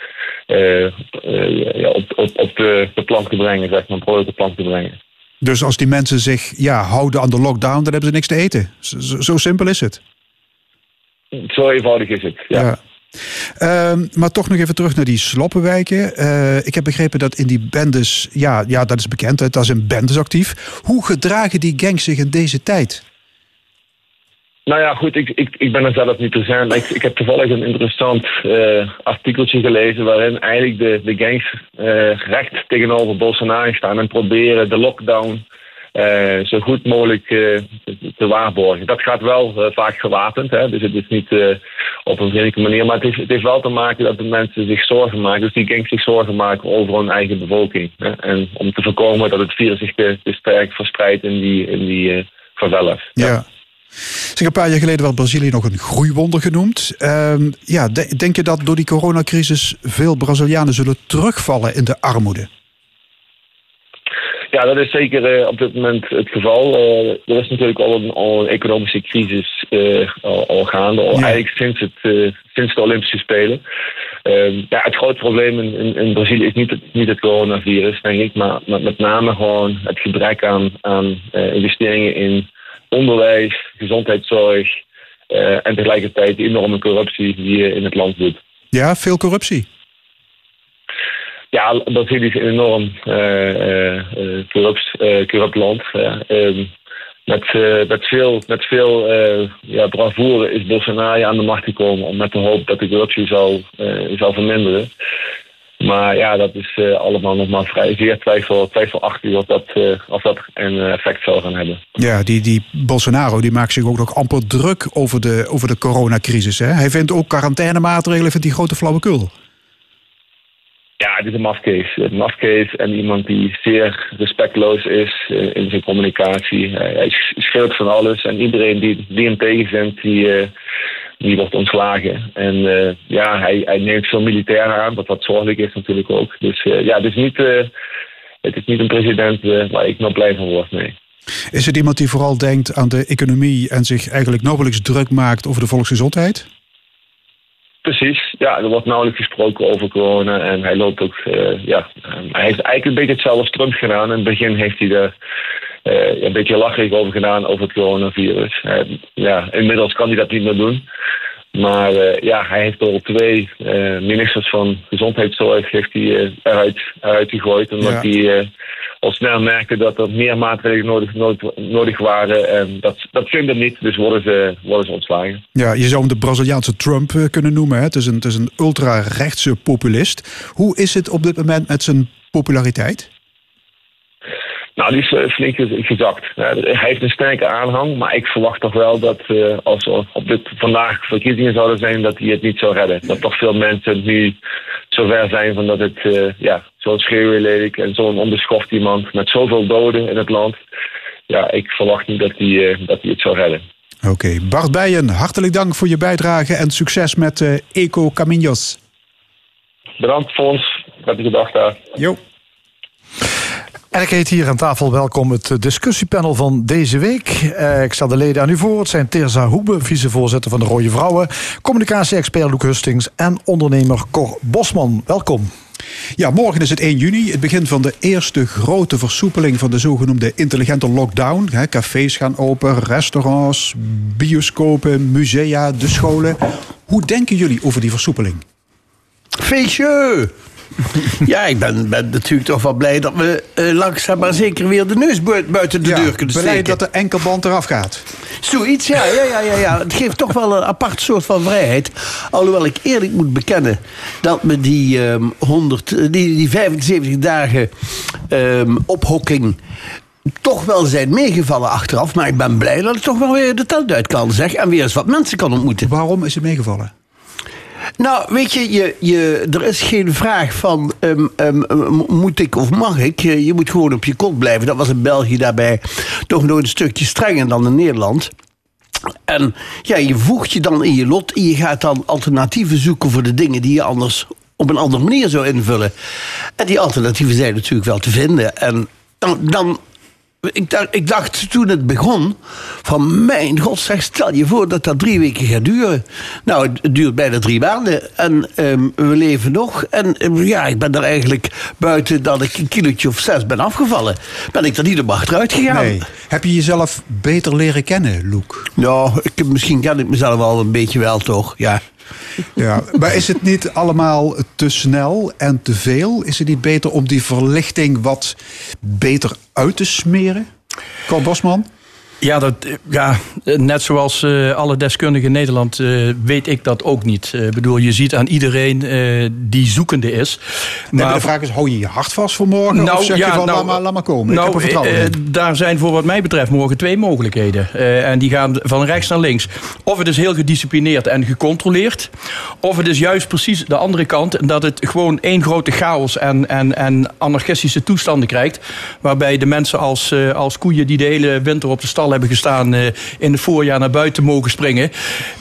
op de plank te brengen, zeg maar, brood op de plank te brengen. Dus als die mensen zich houden aan de lockdown, dan hebben ze niks te eten. Zo simpel is het. Zo eenvoudig is het, ja. Maar toch nog even terug naar die sloppenwijken. Ik heb begrepen dat in die bendes, dat is bekend, dat is in bendes actief. Hoe gedragen die gangs zich in deze tijd? Nou ja, goed, ik ben er zelf niet present. Ik heb toevallig een interessant artikeltje gelezen waarin eigenlijk de gangs recht tegenover Bolsonaro staan en proberen de lockdown zo goed mogelijk te waarborgen. Dat gaat wel vaak gewapend, hè? Dus het is niet op een vriendelijke manier, maar het heeft wel te maken dat de mensen zich zorgen maken, dus die gangs zich zorgen maken over hun eigen bevolking. Hè? En om te voorkomen dat het virus zich te sterk verspreidt in die favelas. Ja. Zeg, een paar jaar geleden werd Brazilië nog een groeiwonder genoemd. Denk je dat door die coronacrisis veel Brazilianen zullen terugvallen in de armoede? Ja, dat is zeker op dit moment het geval. Er is natuurlijk al een economische crisis al gaande, eigenlijk sinds de Olympische Spelen. Het grote probleem in Brazilië is niet het coronavirus, denk ik, maar met name gewoon het gebrek aan investeringen in onderwijs, gezondheidszorg en tegelijkertijd de enorme corruptie die je in het land doet. Ja, veel corruptie. Ja, Brazilië is een enorm corrupt land. Met veel bravoure is Bolsonaro aan de macht gekomen met de hoop dat de corruptie zal verminderen. Maar ja, dat is allemaal nog maar zeer twijfelachtig of dat een effect zal gaan hebben. Ja, die Bolsonaro die maakt zich ook nog amper druk over de coronacrisis. Hè? Hij vindt ook quarantainemaatregelen grote flauwekul. Ja, het is een mafkees en iemand die zeer respectloos is in zijn communicatie. Hij schreeuwt van alles en iedereen die hem tegenzint, die wordt ontslagen. En hij neemt veel militairen aan, wat zorgelijk is natuurlijk ook. Dus het is niet een president waar ik nog blij van word, nee. Is het iemand die vooral denkt aan de economie en zich eigenlijk nauwelijks druk maakt over de volksgezondheid? Precies, ja, er wordt nauwelijks gesproken over corona en hij loopt ook, hij heeft eigenlijk een beetje hetzelfde als Trump gedaan. In het begin heeft hij er een beetje lacherig over gedaan over het coronavirus. Inmiddels kan hij dat niet meer doen. Maar hij heeft er 2 ministers van gezondheidszorg heeft hij eruit gegooid. Omdat hij al snel merkte dat er meer maatregelen nodig waren. En dat vindt hem niet, dus worden ze ontslagen. Ja, je zou hem de Braziliaanse Trump kunnen noemen. Hè? Het is een ultra-rechtse populist. Hoe is het op dit moment met zijn populariteit? Nou, die is flink gezakt. Hij heeft een sterke aanhang, maar ik verwacht toch wel dat als er vandaag verkiezingen zouden zijn, dat hij het niet zou redden. Dat toch veel mensen nu zover zijn van dat het zo'n schreeuwlelijk en zo'n onbeschoft iemand met zoveel doden in het land. Ja, ik verwacht niet dat hij het zou redden. Oké, Bart Bijen, hartelijk dank voor je bijdrage en succes met Eco Caminhos. Bedankt voor ons. Prettige dag daar. Jo. En ik heet hier aan tafel welkom het discussiepanel van deze week. Ik stel de leden aan u voor. Het zijn Terza Hoebe, vicevoorzitter van de Rode Vrouwen, communicatie-expert Loek Hustings en ondernemer Cor Bosman. Welkom. Ja, morgen is het 1 juni, het begin van de eerste grote versoepeling van de zogenoemde intelligente lockdown. Cafés gaan open, restaurants, bioscopen, musea, de scholen. Hoe denken jullie over die versoepeling? Feestje! Ja, ik ben natuurlijk toch wel blij dat we langzaam maar zeker weer de neus buiten de deur kunnen steken. Blij dat de enkelband eraf gaat. Zoiets, ja. Het geeft toch wel een apart soort van vrijheid. Alhoewel ik eerlijk moet bekennen dat me die 75 dagen ophokking toch wel zijn meegevallen achteraf. Maar ik ben blij dat ik toch wel weer de tent uit kan, zeg. En weer eens wat mensen kan ontmoeten. Waarom is het meegevallen? Nou, weet je, er is geen vraag van moet ik of mag ik. Je moet gewoon op je kont blijven. Dat was in België daarbij toch nog een stukje strenger dan in Nederland. En ja, je voegt je dan in je lot en je gaat dan alternatieven zoeken voor de dingen die je anders op een andere manier zou invullen. En die alternatieven zijn natuurlijk wel te vinden. En dan ik dacht toen het begon van mijn god, zeg, stel je voor dat dat 3 weken gaat duren. Nou, het duurt bijna 3 maanden en we leven nog. En ik ben er eigenlijk buiten dat ik een kilootje of 6 ben afgevallen. Ben ik er niet op achteruit gegaan. Nee. Heb je jezelf beter leren kennen, Loek? Nou, misschien ken ik mezelf al een beetje wel, toch? Ja. Ja, maar is het niet allemaal te snel en te veel? Is het niet beter om die verlichting wat beter uit te smeren? Cor Bosman? Net zoals alle deskundigen in Nederland weet ik dat ook niet. Ik bedoel, je ziet aan iedereen die zoekende is. Maar de vraag is, hou je je hart vast voor morgen? Of zeg je van, laat maar komen? Ik heb er vertrouwen in. Daar zijn voor wat mij betreft morgen 2 mogelijkheden. En die gaan van rechts naar links. Of het is heel gedisciplineerd en gecontroleerd. Of het is juist precies de andere kant. En dat het gewoon één grote chaos en anarchistische toestanden krijgt. Waarbij de mensen als koeien die de hele winter op de stal hebben gestaan in het voorjaar naar buiten mogen springen.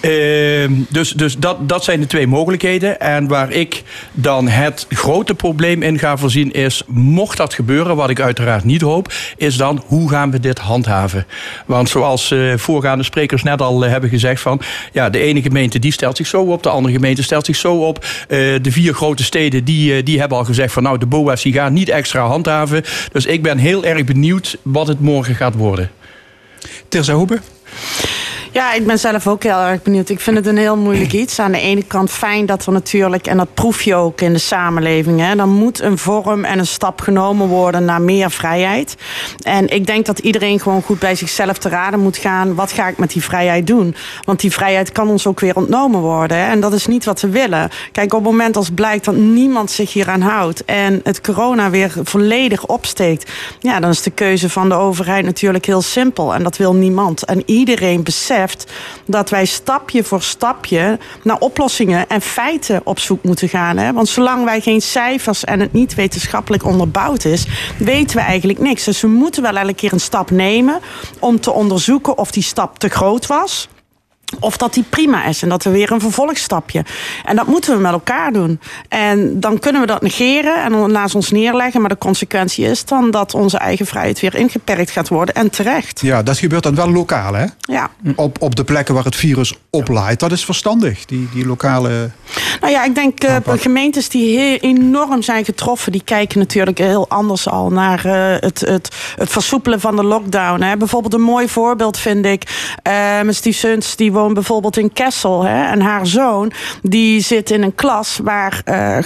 Dus dat zijn de 2 mogelijkheden. En waar ik dan het grote probleem in ga voorzien is, mocht dat gebeuren, wat ik uiteraard niet hoop, is dan hoe gaan we dit handhaven? Want zoals voorgaande sprekers net al hebben gezegd van, ja, de ene gemeente die stelt zich zo op, de andere gemeente stelt zich zo op. De 4 grote steden die hebben al gezegd van, nou, de BOA's die gaan niet extra handhaven. Dus ik ben heel erg benieuwd wat het morgen gaat worden. Tirza Hoebe? Ja, ik ben zelf ook heel erg benieuwd. Ik vind het een heel moeilijk iets. Aan de ene kant fijn dat er natuurlijk, en dat proef je ook in de samenleving, hè, dan moet een vorm en een stap genomen worden naar meer vrijheid. En ik denk dat iedereen gewoon goed bij zichzelf te raden moet gaan. Wat ga ik met die vrijheid doen? Want die vrijheid kan ons ook weer ontnomen worden. Hè, en dat is niet wat we willen. Kijk, op het moment als blijkt dat niemand zich hieraan houdt en het corona weer volledig opsteekt, ja, dan is de keuze van de overheid natuurlijk heel simpel. En dat wil niemand. En iedereen beseft dat wij stapje voor stapje naar oplossingen en feiten op zoek moeten gaan. Hè? Want zolang wij geen cijfers en het niet wetenschappelijk onderbouwd is, weten we eigenlijk niks. Dus we moeten wel elke keer een stap nemen om te onderzoeken of die stap te groot was. Of dat die prima is en dat we weer een vervolgstapje. En dat moeten we met elkaar doen. En dan kunnen we dat negeren en naast ons neerleggen. Maar de consequentie is dan dat onze eigen vrijheid weer ingeperkt gaat worden. En terecht. Ja, dat gebeurt dan wel lokaal, hè? Ja. Op de plekken waar het virus oplaait. Dat is verstandig, die lokale... Nou ja, ik denk gemeentes die heel enorm zijn getroffen, die kijken natuurlijk heel anders al naar het versoepelen van de lockdown. Hè. Bijvoorbeeld een mooi voorbeeld vind ik. Mijn stiefzuns die woont bijvoorbeeld in Kessel. Hè, en haar zoon die zit in een klas waar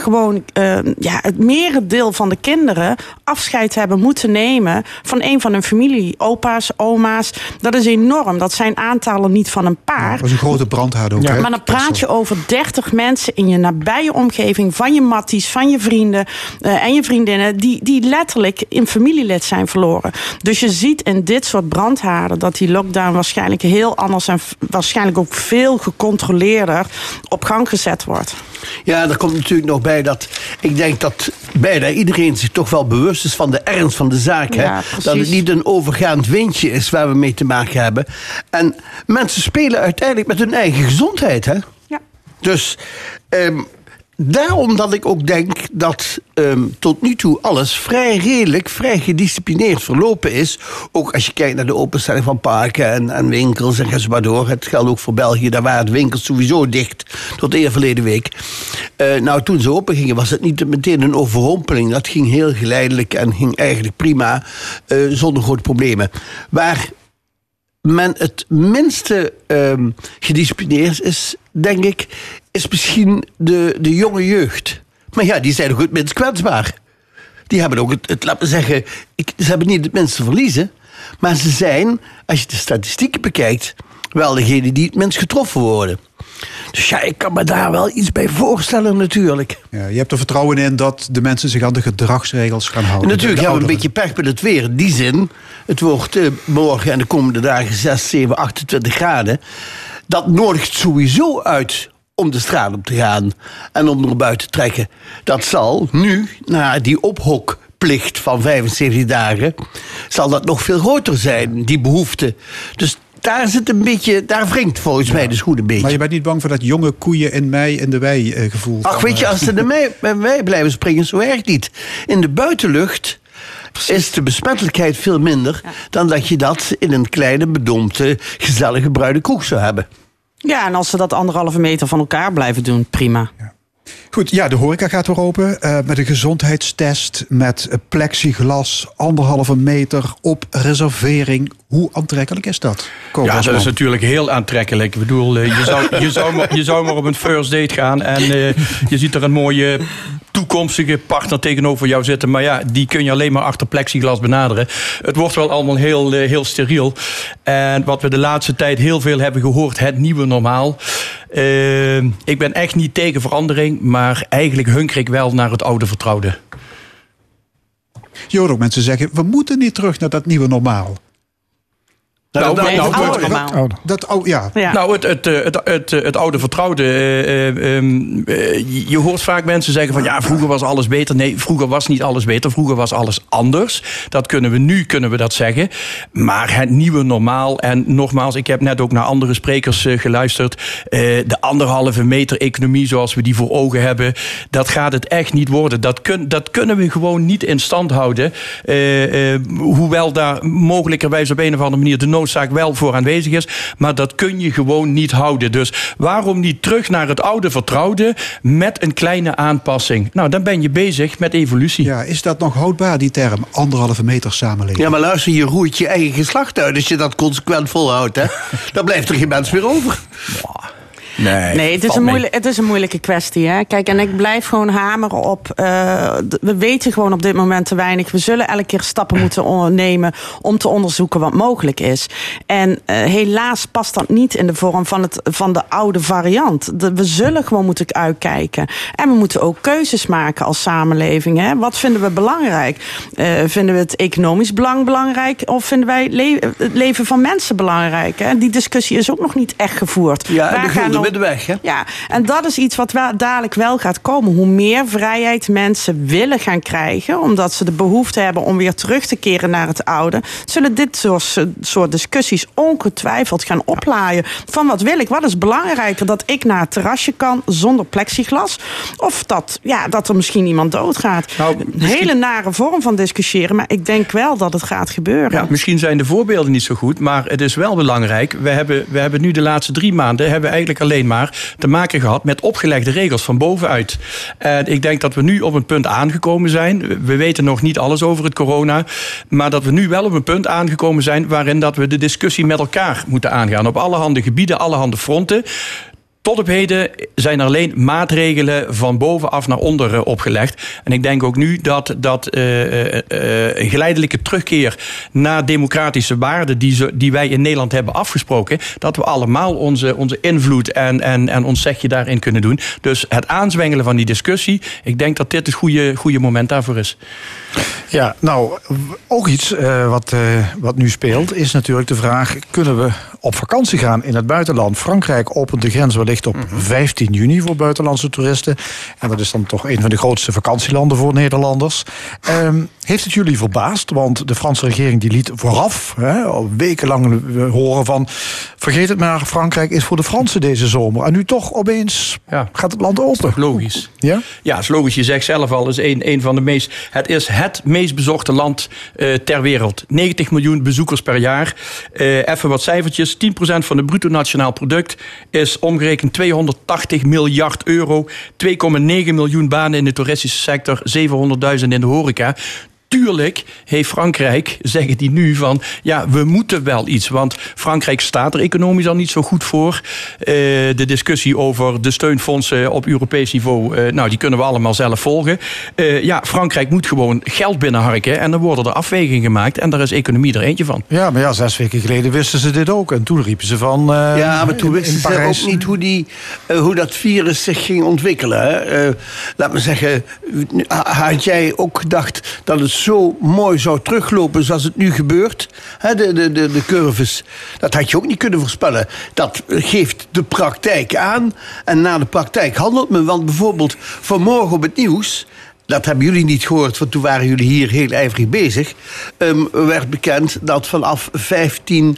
het merendeel van de kinderen afscheid hebben moeten nemen van een van hun familie. Opa's, oma's. Dat is enorm. Dat zijn aantallen niet van een paar. Dat is een grote brandhaard ook. Ja. Hè? Maar dan praat je over 30 mensen in je nabije omgeving, van je matties, van je vrienden en je vriendinnen, die letterlijk in familielid zijn verloren. Dus je ziet in dit soort brandhaarden dat die lockdown waarschijnlijk heel anders en waarschijnlijk ook veel gecontroleerder op gang gezet wordt. Ja, er komt natuurlijk nog bij dat ik denk dat bijna iedereen zich toch wel bewust is van de ernst van de zaak. Hè? Ja, dat het niet een overgaand windje is waar we mee te maken hebben. En mensen spelen uiteindelijk met hun eigen gezondheid. Hè? Ja. Dus daarom dat ik ook denk dat tot nu toe alles vrij redelijk, vrij gedisciplineerd verlopen is. Ook als je kijkt naar de openstelling van parken en winkels en ga zo maar door. Het geldt ook voor België, daar waren de winkels sowieso dicht tot eerder verleden week. Toen ze open gingen was het niet meteen een overrompeling. Dat ging heel geleidelijk en ging eigenlijk prima, zonder grote problemen. Waar men het minste gedisciplineerd is, denk ik, is misschien de jonge jeugd. Maar ja, die zijn ook het minst kwetsbaar. Die hebben ook laten we zeggen, ze hebben niet het minste verliezen. Maar ze zijn, als je de statistieken bekijkt, wel degene die het minst getroffen worden. Dus ja, ik kan me daar wel iets bij voorstellen natuurlijk. Ja, je hebt er vertrouwen in dat de mensen zich aan de gedragsregels gaan houden. Natuurlijk hebben we een beetje pech met het weer. In die zin, het wordt morgen en de komende dagen 6, 7, 28 graden. Dat nodigt sowieso uit om de straat op te gaan en om naar buiten te trekken. Dat zal nu, na die ophokplicht van 75 dagen, zal dat nog veel groter zijn, die behoefte. Dus daar zit een beetje, daar wringt volgens mij de schoen een beetje. Maar je bent niet bang voor dat jonge koeien in mei in de wei gevoel? Ach, weet je, als ze in de wei blijven springen, zo erg niet. In de buitenlucht is de besmettelijkheid veel minder dan dat je dat in een kleine, bedompte, gezellige bruine kroeg zou hebben. Ja, en als ze dat 1,5 meter van elkaar blijven doen, prima. Ja. Goed, ja, de horeca gaat weer open met een gezondheidstest, met plexiglas, 1,5 meter op reservering. Hoe aantrekkelijk is dat? Ja, dat is natuurlijk heel aantrekkelijk. Ik bedoel, je zou maar op een first date gaan en je ziet er een mooie toekomstige partner tegenover jou zitten. Maar ja, die kun je alleen maar achter plexiglas benaderen. Het wordt wel allemaal heel steriel. En wat we de laatste tijd heel veel hebben gehoord, het nieuwe normaal. Ik ben echt niet tegen verandering, maar eigenlijk hunker ik wel naar het oude vertrouwde. Je hoort ook mensen zeggen, we moeten niet terug naar dat nieuwe normaal. Het oude vertrouwde. Je hoort vaak mensen zeggen van ja, vroeger was alles beter. Nee, vroeger was niet alles beter. Vroeger was alles anders. Dat kunnen we dat zeggen. Maar het nieuwe normaal. En nogmaals, ik heb net ook naar andere sprekers geluisterd. De 1,5 meter economie zoals we die voor ogen hebben. Dat gaat het echt niet worden. Dat kunnen we gewoon niet in stand houden. Hoewel daar mogelijkerwijs op een of andere manier de noodzaak wel voor aanwezig is, maar dat kun je gewoon niet houden. Dus waarom niet terug naar het oude vertrouwde met een kleine aanpassing? Nou, dan ben je bezig met evolutie. Ja, is dat nog houdbaar, die term? 1,5 meter samenleving. Ja, maar luister, je roeit je eigen geslacht uit als je dat consequent volhoudt, hè? Dan blijft er geen mens meer over. Nee, het is een moeilijke kwestie. Hè? Kijk, en ik blijf gewoon hameren op. We weten gewoon op dit moment te weinig. We zullen elke keer stappen moeten nemen om te onderzoeken wat mogelijk is. En helaas past dat niet in de vorm van de oude variant. We zullen gewoon moeten uitkijken. En we moeten ook keuzes maken als samenleving. Hè? Wat vinden we belangrijk? Vinden we het economisch belang belangrijk? Of vinden wij het leven van mensen belangrijk? Hè? Die discussie is ook nog niet echt gevoerd. Ja, middenweg, hè? Ja, en dat is iets wat dadelijk wel gaat komen. Hoe meer vrijheid mensen willen gaan krijgen, omdat ze de behoefte hebben om weer terug te keren naar het oude, zullen dit soort discussies ongetwijfeld gaan oplaaien. Van wat wil ik? Wat is belangrijker? Dat ik naar het terrasje kan zonder plexiglas? Of dat er misschien iemand doodgaat? Een hele nare vorm van discussiëren, maar ik denk wel dat het gaat gebeuren. Ja, misschien zijn de voorbeelden niet zo goed, maar het is wel belangrijk. We hebben nu de laatste 3 maanden eigenlijk alleen maar te maken gehad met opgelegde regels van bovenuit. En ik denk dat we nu op een punt aangekomen zijn. We weten nog niet alles over het corona, maar dat we nu wel op een punt aangekomen zijn waarin dat we de discussie met elkaar moeten aangaan. Op allerhande gebieden, allerhande fronten. Tot op heden zijn er alleen maatregelen van bovenaf naar onder opgelegd. En ik denk ook nu dat een geleidelijke terugkeer naar democratische waarden die wij in Nederland hebben afgesproken, dat we allemaal onze invloed en ons zegje daarin kunnen doen. Dus het aanzwengelen van die discussie, ik denk dat dit het goede moment daarvoor is. Ja, nou, ook iets wat nu speelt is natuurlijk de vraag, kunnen we op vakantie gaan in het buitenland? Frankrijk opent de grens wellicht op 15 juni voor buitenlandse toeristen. En dat is dan toch een van de grootste vakantielanden voor Nederlanders. Heeft het jullie verbaasd? Want de Franse regering die liet vooraf al wekenlang horen van, vergeet het maar, Frankrijk is voor de Fransen deze zomer. En nu toch opeens gaat het land open. Dat is toch logisch? Ja? Ja, het is logisch. Je zegt zelf al, een van de meest, het is het meest bezochte land ter wereld. 90 miljoen bezoekers per jaar. Even wat cijfertjes. 10% van het bruto nationaal product is omgerekend 280 miljard euro. 2,9 miljoen banen in de toeristische sector. 700.000 in de horeca. Tuurlijk heeft Frankrijk, zeggen die nu van, ja, we moeten wel iets. Want Frankrijk staat er economisch al niet zo goed voor. De discussie over de steunfondsen op Europees niveau, die kunnen we allemaal zelf volgen. Frankrijk moet gewoon geld binnenharken en dan worden er afwegingen gemaakt. En daar is economie er eentje van. Ja, maar 6 weken geleden wisten ze dit ook. En toen riepen ze van, maar toen wisten ze ook niet hoe dat virus zich ging ontwikkelen. Hè? Laat me zeggen, had jij ook gedacht dat het zo mooi zou teruglopen zoals het nu gebeurt? De curves, dat had je ook niet kunnen voorspellen. Dat geeft de praktijk aan. En na de praktijk handelt men. Want bijvoorbeeld vanmorgen op het nieuws, dat hebben jullie niet gehoord, want toen waren jullie hier heel ijverig bezig, werd bekend dat vanaf 15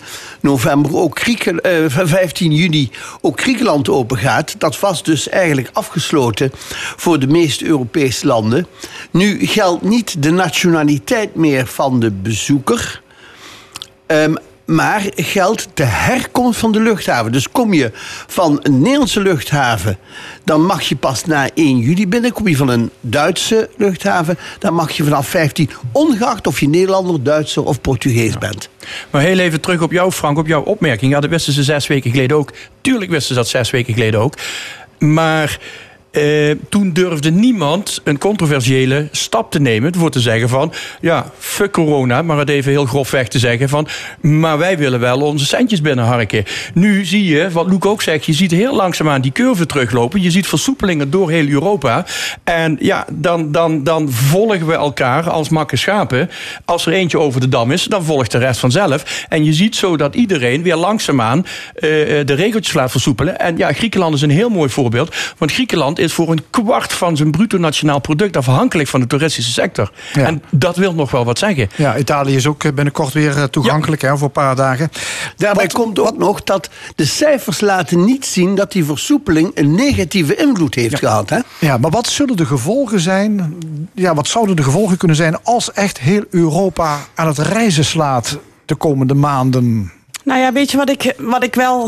juni ook Griekenland open gaat. Dat was dus eigenlijk afgesloten voor de meeste Europese landen. Nu geldt niet de nationaliteit meer van de bezoeker, maar geldt de herkomst van de luchthaven. Dus kom je van een Nederlandse luchthaven, dan mag je pas na 1 juli binnen. Kom je van een Duitse luchthaven, dan mag je vanaf 15, ongeacht of je Nederlander, Duitser of Portugees bent. Maar heel even terug op jou, Frank, op jouw opmerking. Ja, dat wisten ze 6 weken geleden ook. Tuurlijk wisten ze dat 6 weken geleden ook. Maar Toen durfde niemand een controversiële stap te nemen. Voor te zeggen van, ja, fuck corona. Maar het even heel grofweg te zeggen van, maar wij willen wel onze centjes binnenharken. Nu zie je, wat Loek ook zegt, je ziet heel langzaamaan die curve teruglopen. Je ziet versoepelingen door heel Europa. En ja, dan volgen we elkaar als makke schapen. Als er eentje over de dam is, dan volgt de rest vanzelf. En je ziet zo dat iedereen weer langzaamaan de regeltjes laat versoepelen. En ja, Griekenland is een heel mooi voorbeeld. Want Griekenland is voor 1/4 van zijn bruto nationaal product afhankelijk van de toeristische sector. Ja. En dat wil nog wel wat zeggen. Ja, Italië is ook binnenkort weer toegankelijk voor een paar dagen. Daarbij komt ook nog dat de cijfers laten niet zien dat die versoepeling een negatieve invloed heeft gehad. Hè? Ja, maar wat zullen de gevolgen zijn? Ja, wat zouden de gevolgen kunnen zijn als echt heel Europa aan het reizen slaat de komende maanden? Nou ja, weet je wat ik wel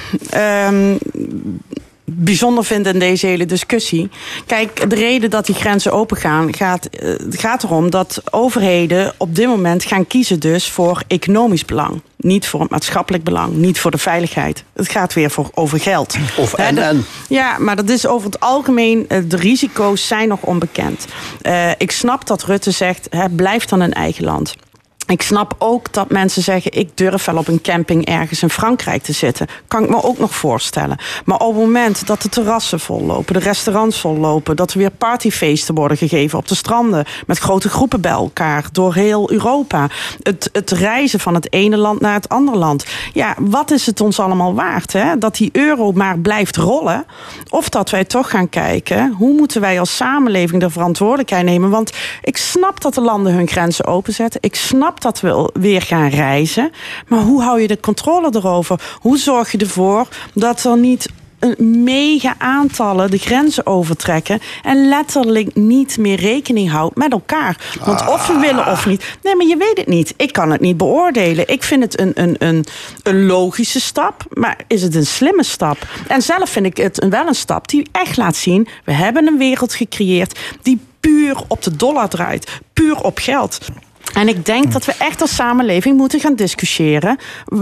bijzonder vind in deze hele discussie. Kijk, de reden dat die grenzen open gaan, gaat erom dat overheden op dit moment gaan kiezen dus voor economisch belang. Niet voor het maatschappelijk belang, niet voor de veiligheid. Het gaat weer over geld. Of en. Ja, maar dat is over het algemeen, de risico's zijn nog onbekend. Ik snap dat Rutte zegt, blijf dan in eigen land. Ik snap ook dat mensen zeggen, ik durf wel op een camping ergens in Frankrijk te zitten. Kan ik me ook nog voorstellen. Maar op het moment dat de terrassen vollopen, de restaurants vollopen, dat er weer partyfeesten worden gegeven op de stranden, met grote groepen bij elkaar, door heel Europa. Het reizen van het ene land naar het andere land. Ja, wat is het ons allemaal waard? Hè? Dat die euro maar blijft rollen. Of dat wij toch gaan kijken, hoe moeten wij als samenleving de verantwoordelijkheid nemen? Want ik snap dat de landen hun grenzen openzetten. Ik snap dat we weer gaan reizen. Maar hoe hou je de controle erover? Hoe zorg je ervoor dat er niet een mega aantallen de grenzen overtrekken en letterlijk niet meer rekening houdt met elkaar? Want of we willen of niet. Nee, maar je weet het niet. Ik kan het niet beoordelen. Ik vind het een logische stap, maar is het een slimme stap? En zelf vind ik het wel een stap die echt laat zien, we hebben een wereld gecreëerd die puur op de dollar draait. Puur op geld. En ik denk dat we echt als samenleving moeten gaan discussiëren.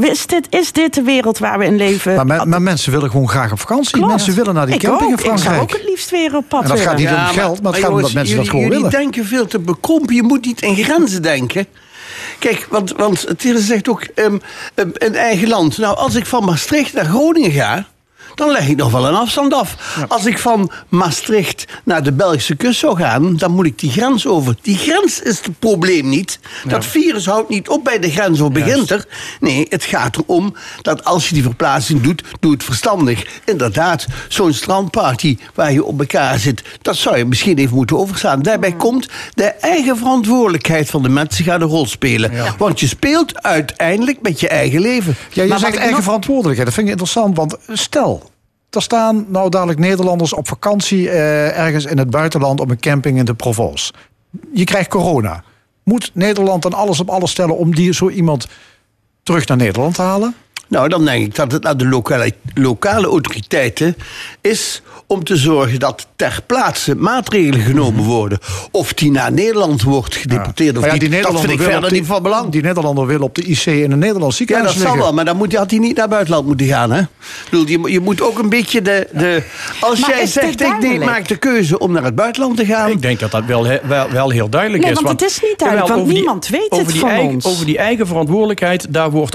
Is dit de wereld waar we in leven? Maar mensen willen gewoon graag op vakantie. Klopt. Mensen willen naar die camping in Frankrijk. Ik zou ook het liefst weer op pad en dat gaat niet om geld, maar het gaat om dat mensen dat gewoon willen. Jullie denken veel te bekrompen. Je moet niet in grenzen denken. Kijk, want Thierse zegt ook een eigen land. Nou, als ik van Maastricht naar Groningen ga, dan leg ik nog wel een afstand af. Ja. Als ik van Maastricht naar de Belgische kust zou gaan, dan moet ik die grens over. Die grens is het probleem niet. Ja. Dat virus houdt niet op bij de grens of begint er. Nee, het gaat erom dat als je die verplaatsing doet, doe het verstandig. Inderdaad, zo'n strandparty waar je op elkaar zit, dat zou je misschien even moeten overstaan. Daarbij komt de eigen verantwoordelijkheid van de mensen gaat een rol spelen. Ja. Want je speelt uiteindelijk met je eigen leven. Ja, je zegt eigen verantwoordelijkheid. Dat vind ik interessant, want stel, er staan nou dadelijk Nederlanders op vakantie ergens in het buitenland op een camping in de Provence. Je krijgt corona. Moet Nederland dan alles op alles stellen om zo iemand terug naar Nederland te halen? Nou, dan denk ik dat het naar de lokale autoriteiten is om te zorgen dat ter plaatse maatregelen genomen worden. Of die naar Nederland wordt gedeporteerd of niet, dat vind ik verder niet van belang. Die Nederlander wil op de IC in een Nederlands ziekenhuis liggen. Ja, dat zal wel, maar dan had hij niet naar buitenland moeten gaan. Hè? Ik bedoel, je moet ook een beetje als jij zegt, ik maak de keuze om naar het buitenland te gaan. Ik denk dat dat wel heel duidelijk is. Want het is niet duidelijk, want niemand weet het van ons. Over die eigen verantwoordelijkheid, daar wordt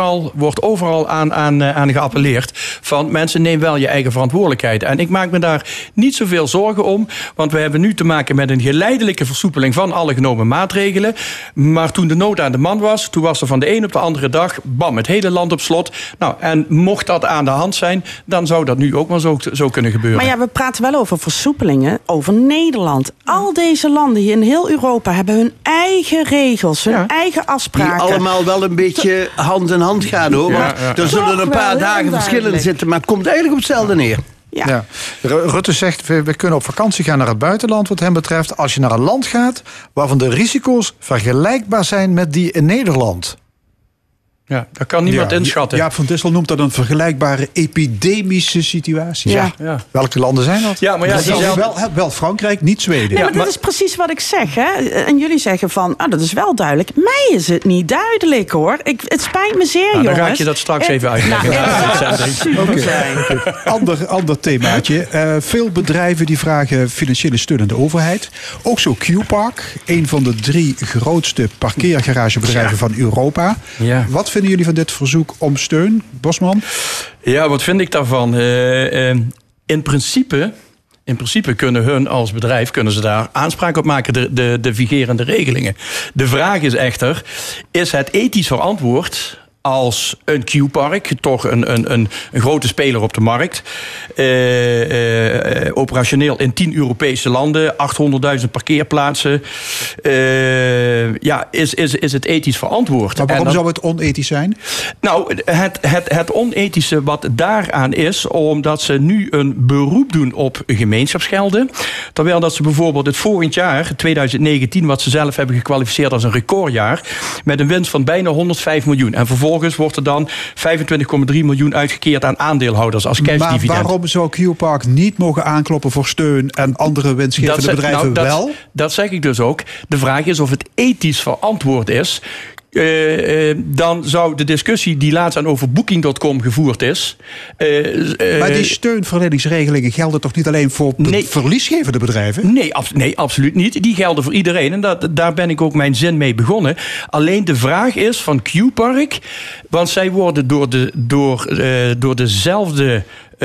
overal aan geappelleerd. Van mensen, neem wel je eigen verantwoordelijkheid. En ik maak me daar niet zoveel zorgen om. Want we hebben nu te maken met een geleidelijke versoepeling van alle genomen maatregelen. Maar toen de nood aan de man was, toen was er van de een op de andere dag, bam, het hele land op slot. Nou, en mocht dat aan de hand zijn, dan zou dat nu ook wel zo kunnen gebeuren. Maar ja, we praten wel over versoepelingen, over Nederland. Al deze landen hier in heel Europa hebben hun eigen regels, hun eigen afspraken. Die allemaal wel een beetje hand in hand gaan, hoor. Ja, er zullen een paar dagen verschillen zitten, maar het komt eigenlijk op hetzelfde neer. Ja. Rutte zegt, we kunnen op vakantie gaan naar het buitenland wat hem betreft, als je naar een land gaat waarvan de risico's vergelijkbaar zijn met die in Nederland. Ja, dat kan niemand inschatten. Jaap van Dissel noemt dat een vergelijkbare epidemische situatie. Ja. Welke landen zijn dat? Ja, maar wel Frankrijk, niet Zweden. Nee, maar dat is precies wat ik zeg. Hè? En jullie zeggen van, dat is wel duidelijk. Mij is het niet duidelijk, hoor. Het spijt me zeer, jongens. Dan ga ik je dat straks even uitleggen. Ander themaatje. Veel bedrijven die vragen financiële steun aan de overheid. Ook zo Q-Park, een van de 3 grootste parkeergaragebedrijven van Europa. Ja. Wat vinden jullie van dit verzoek om steun, Bosman? Ja, wat vind ik daarvan? In principe kunnen hun als bedrijf daar aanspraak op maken, de vigerende regelingen. De vraag is echter, is het ethisch verantwoord als een Q-Park, toch een grote speler op de markt, operationeel in 10 Europese landen, 800.000 parkeerplaatsen, is het ethisch verantwoord? Maar waarom zou het onethisch zijn? Nou, het onethische wat daaraan is, omdat ze nu een beroep doen op gemeenschapsgelden, terwijl dat ze bijvoorbeeld het volgend jaar, 2019, wat ze zelf hebben gekwalificeerd als een recordjaar, met een winst van bijna 105 miljoen. En vervolgens wordt er dan 25,3 miljoen uitgekeerd aan aandeelhouders als cashdividend. Maar waarom zou Q-Park niet mogen aankloppen voor steun en andere winstgevende bedrijven wel? Dat zeg ik dus ook. De vraag is of het ethisch verantwoord is. Dan zou de discussie die laatst over Booking.com gevoerd is. Maar die steunverleningsregelingen gelden toch niet alleen voor verliesgevende bedrijven? Nee, absoluut niet. Die gelden voor iedereen. En daar ben ik ook mijn zin mee begonnen. Alleen de vraag is van Q-Park, want zij worden door dezelfde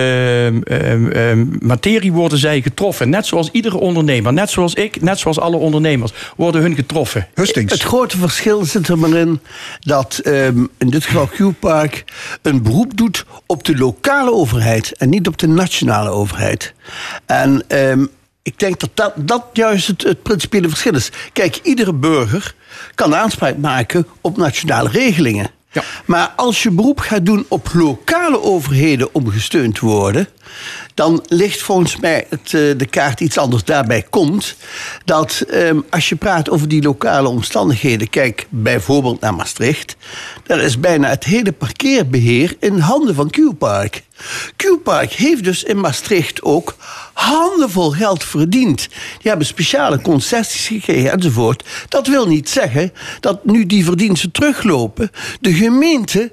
materie worden zij getroffen. Net zoals iedere ondernemer, net zoals ik, net zoals alle ondernemers, worden hun getroffen. Het grote verschil zit er maar in dat in dit geval Q-Park een beroep doet op de lokale overheid en niet op de nationale overheid. En ik denk dat juist het principiële verschil is. Kijk, iedere burger kan aanspraak maken op nationale regelingen. Ja. Maar als je beroep gaat doen op lokale overheden om gesteund te worden, dan ligt volgens mij de kaart iets anders. Daarbij komt dat als je praat over die lokale omstandigheden, kijk bijvoorbeeld naar Maastricht, daar is bijna het hele parkeerbeheer in handen van Q-Park. Q-Park heeft dus in Maastricht ook handenvol geld verdiend. Die hebben speciale concessies gekregen enzovoort. Dat wil niet zeggen dat nu die verdiensten teruglopen, de gemeente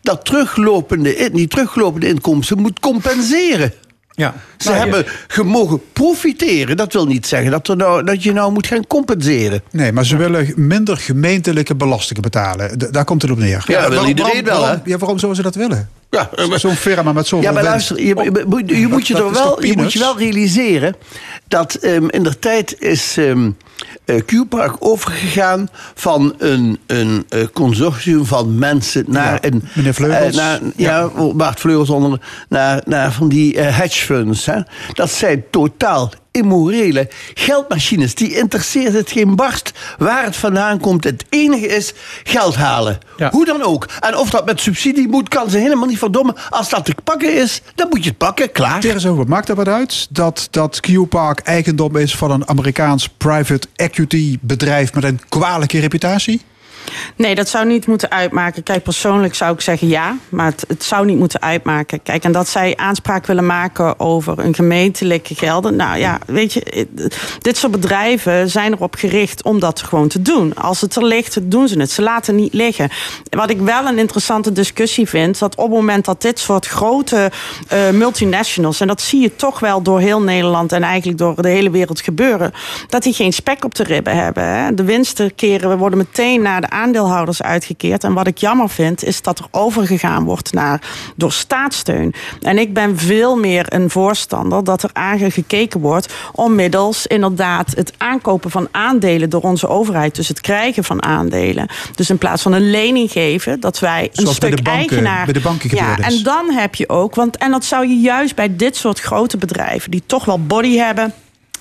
die teruglopende inkomsten moet compenseren. Ja. Ze hebben gemogen profiteren. Dat wil niet zeggen dat je nou moet gaan compenseren. Nee, maar ze willen minder gemeentelijke belastingen betalen. Daar komt het op neer. Ja, dat wil iedereen wel, hè? Ja, waarom zouden ze dat willen? Ja, zo'n firma met zoveel maar luister, je moet je wel realiseren dat indertijd is Q-Park overgegaan van een consortium van mensen naar een... Meneer Vleugels. Bart Vleugels onder, naar van die hedge funds. Hè. Dat zijn totaal immorele geldmachines. Die interesseert het geen barst waar het vandaan komt. Het enige is geld halen. Ja. Hoe dan ook. En of dat met subsidie moet, kan ze helemaal niet verdommen. Als dat te pakken is, dan moet je het pakken. Klaar. Tegenover, maakt dat wat uit dat Q-Park eigendom is van een Amerikaans private equity bedrijf met een kwalijke reputatie? Nee, dat zou niet moeten uitmaken. Kijk, persoonlijk zou ik zeggen ja, maar het zou niet moeten uitmaken. Kijk, en dat zij aanspraak willen maken over een gemeentelijke gelden. Nou ja, weet je, dit soort bedrijven zijn erop gericht om dat gewoon te doen. Als het er ligt, doen ze het. Ze laten niet liggen. Wat ik wel een interessante discussie vind, dat op het moment dat dit soort grote multinationals, en dat zie je toch wel door heel Nederland en eigenlijk door de hele wereld gebeuren, dat die geen spek op de ribben hebben. Hè. De winsten worden meteen naar de aandeelhouders uitgekeerd. En wat ik jammer vind, is dat er overgegaan wordt door staatssteun. En ik ben veel meer een voorstander dat er gekeken wordt om middels inderdaad het aankopen van aandelen door onze overheid, dus het krijgen van aandelen. Dus in plaats van een lening geven, dat wij zoals een stuk eigenaar... bij de banken ja, en dan heb je ook, en dat zou je juist bij dit soort grote bedrijven, die toch wel body hebben,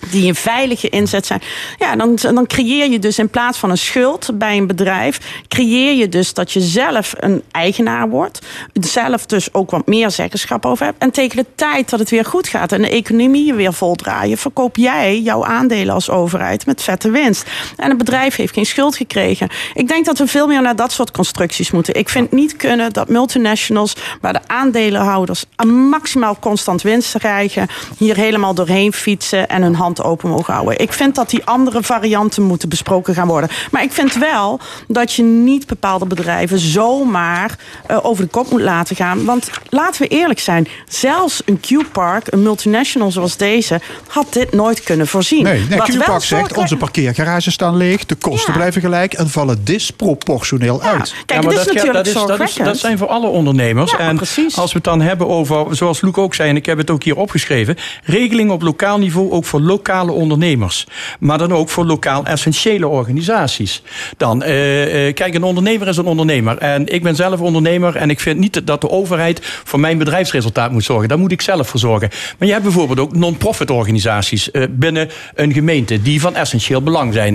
die een veilige inzet zijn. Ja, dan creëer je dus in plaats van een schuld bij een bedrijf, creëer je dus dat je zelf een eigenaar wordt. Zelf dus ook wat meer zeggenschap over hebt. En tegen de tijd dat het weer goed gaat en de economie weer vol draaien, verkoop jij jouw aandelen als overheid met vette winst. En het bedrijf heeft geen schuld gekregen. Ik denk dat we veel meer naar dat soort constructies moeten. Ik vind niet kunnen dat multinationals, waar de aandelenhouders maximaal constant winst krijgen, hier helemaal doorheen fietsen en hun hand open mogen houden. Ik vind dat die andere varianten moeten besproken gaan worden. Maar ik vind wel dat je niet bepaalde bedrijven zomaar over de kop moet laten gaan. Want laten we eerlijk zijn, zelfs een Q-Park, een multinational zoals deze, had dit nooit kunnen voorzien. Nee, Q-Park zegt, onze parkeergarages staan leeg, de kosten blijven gelijk en vallen disproportioneel uit. Kijk, het is natuurlijk zorgwekkend. Dat zijn voor alle ondernemers. Ja, en precies. Als we het dan hebben over, zoals Loek ook zei, en ik heb het ook hier opgeschreven, regelingen op lokaal niveau ook voor lokale ondernemers. Maar dan ook voor lokaal essentiële organisaties. Dan, kijk, een ondernemer is een ondernemer. En ik ben zelf ondernemer en ik vind niet dat de overheid voor mijn bedrijfsresultaat moet zorgen. Daar moet ik zelf voor zorgen. Maar je hebt bijvoorbeeld ook non-profit organisaties binnen een gemeente die van essentieel belang zijn.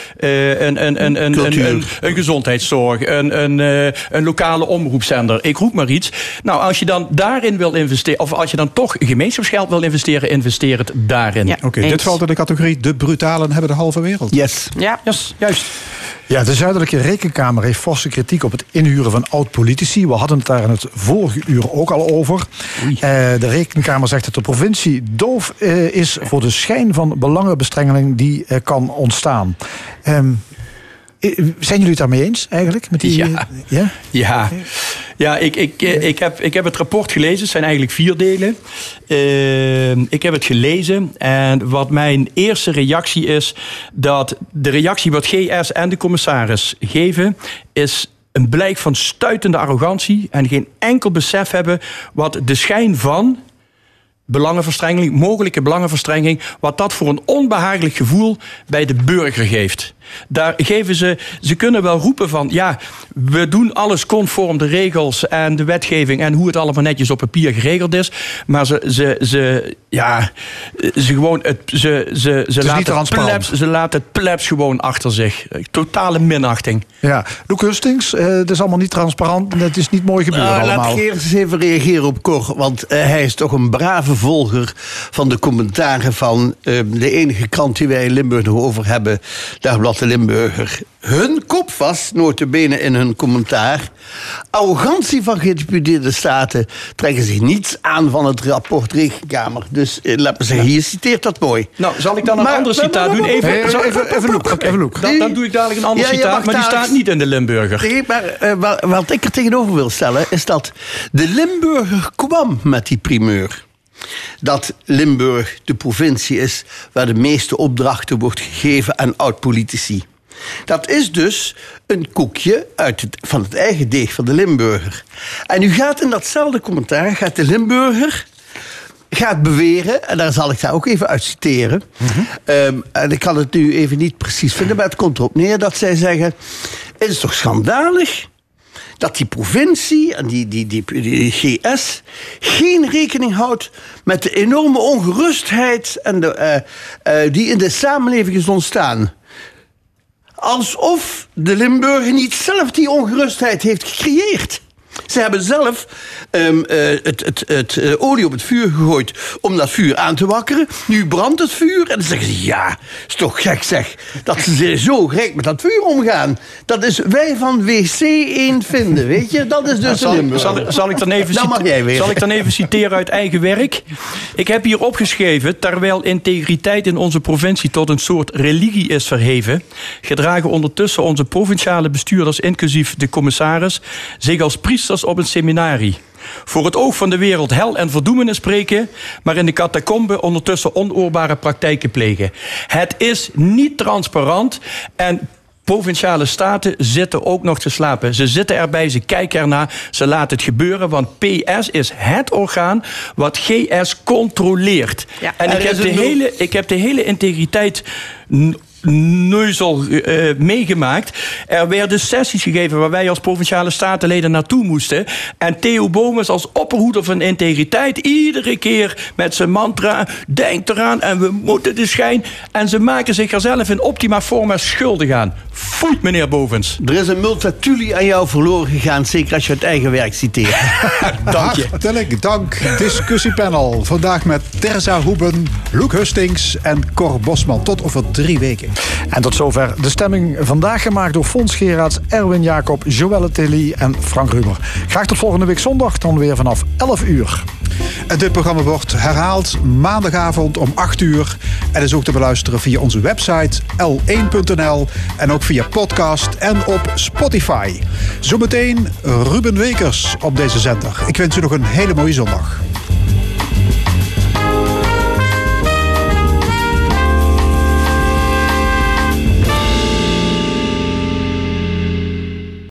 Een gezondheidszorg, een lokale omroepzender. Ik roep maar iets. Nou, als je dan daarin wil investeren, of als je dan toch gemeenschapsgeld wil investeren, investeer het daarin. Ja, Oké, dit valt in de categorie de brutalen hebben de halve wereld. Yes. Ja, juist. Ja, de Zuidelijke Rekenkamer heeft forse kritiek op het inhuren van oud-politici. We hadden het daar in het vorige uur ook al over. De Rekenkamer zegt dat de provincie doof is voor de schijn van belangenbestrengeling die kan ontstaan. Zijn jullie het daarmee eens eigenlijk? Met die, Ja, ik heb het rapport gelezen. Het zijn eigenlijk 4 delen. Ik heb het gelezen. En wat mijn eerste reactie is, dat de reactie wat GS en de commissaris geven, is een blijk van stuitende arrogantie en geen enkel besef hebben wat de schijn van belangenverstrengeling, mogelijke belangenverstrengeling, wat dat voor een onbehagelijk gevoel bij de burger geeft. Daar geven ze kunnen wel roepen van, ja, we doen alles conform de regels en de wetgeving en hoe het allemaal netjes op papier geregeld is, maar ze laten het plebs gewoon achter zich. Totale minachting. Ja, Loek Hustings, het is allemaal niet transparant en het is niet mooi gebeurd allemaal. Laat ik eerst eens even reageren op Cor, want hij is toch een brave volger van de commentaren van de enige krant die wij in Limburg nog over hebben, Dagblad de Limburger. Hun kop vast, nota bene in hun commentaar. Arrogantie van gedeputeerde staten trekken zich niets aan van het rapport Rekenkamer. Dus laat me zeggen, hier citeert dat mooi. Nou, zal ik dan een ander citaat doen? Even Loek. Dan doe ik dadelijk een ander citaat, maar die staat niet in de Limburger. Nee, maar wat ik er tegenover wil stellen, is dat de Limburger kwam met die primeur. Dat Limburg de provincie is waar de meeste opdrachten wordt gegeven aan oud-politici. Dat is dus een koekje van het eigen deeg van de Limburger. En u gaat in datzelfde commentaar, gaat de Limburger beweren, en daar zal ik daar ook even uit citeren. En ik kan het nu even niet precies vinden, maar het komt erop neer dat zij zeggen, het is toch schandalig dat die provincie en die GS geen rekening houdt met de enorme ongerustheid en die in de samenleving is ontstaan. Alsof de Limburger niet zelf die ongerustheid heeft gecreëerd. Ze hebben zelf het olie op het vuur gegooid om dat vuur aan te wakkeren. Nu brandt het vuur en dan zeggen ze, ja, is toch gek zeg, dat ze zo gek met dat vuur omgaan. Dat is wij van WC 1 vinden, weet je. Dat is dus de Limburger. Zal ik dan even citeren uit eigen werk? Ik heb hier opgeschreven, terwijl integriteit in onze provincie tot een soort religie is verheven, gedragen ondertussen onze provinciale bestuurders, inclusief de commissaris, zich als priesters op een seminarie. Voor het oog van de wereld hel en verdoemenis spreken, maar in de catacombe ondertussen onoorbare praktijken plegen. Het is niet transparant en provinciale staten zitten ook nog te slapen. Ze zitten erbij, ze kijken ernaar, ze laten het gebeuren, want PS is het orgaan wat GS controleert. Ja, en ik heb de hele integriteit neuzel meegemaakt. Er werden sessies gegeven waar wij als Provinciale Statenleden naartoe moesten. En Theo Boomens als opperhoeder van integriteit iedere keer met zijn mantra, denk eraan en we moeten de schijn. En ze maken zich er zelf in optima forma schuldig aan. Foeit, meneer Bovens. Er is een multatuli aan jou verloren gegaan, zeker als je het eigen werk citeert. Dank je. Hartelijk dank. Discussiepanel. Vandaag met Terza Hoeben, Loek Hustings en Cor Bosman. Tot over 3 weken. En tot zover de stemming vandaag gemaakt door Fons Geraerts, Erwin Jacob, Joëlle Tilly en Frank Ruber. Graag tot volgende week zondag, dan weer vanaf 11 uur. En dit programma wordt herhaald maandagavond om 8 uur. En is ook te beluisteren via onze website l1.nl en ook via podcast en op Spotify. Zometeen Ruben Wekers op deze zender. Ik wens u nog een hele mooie zondag.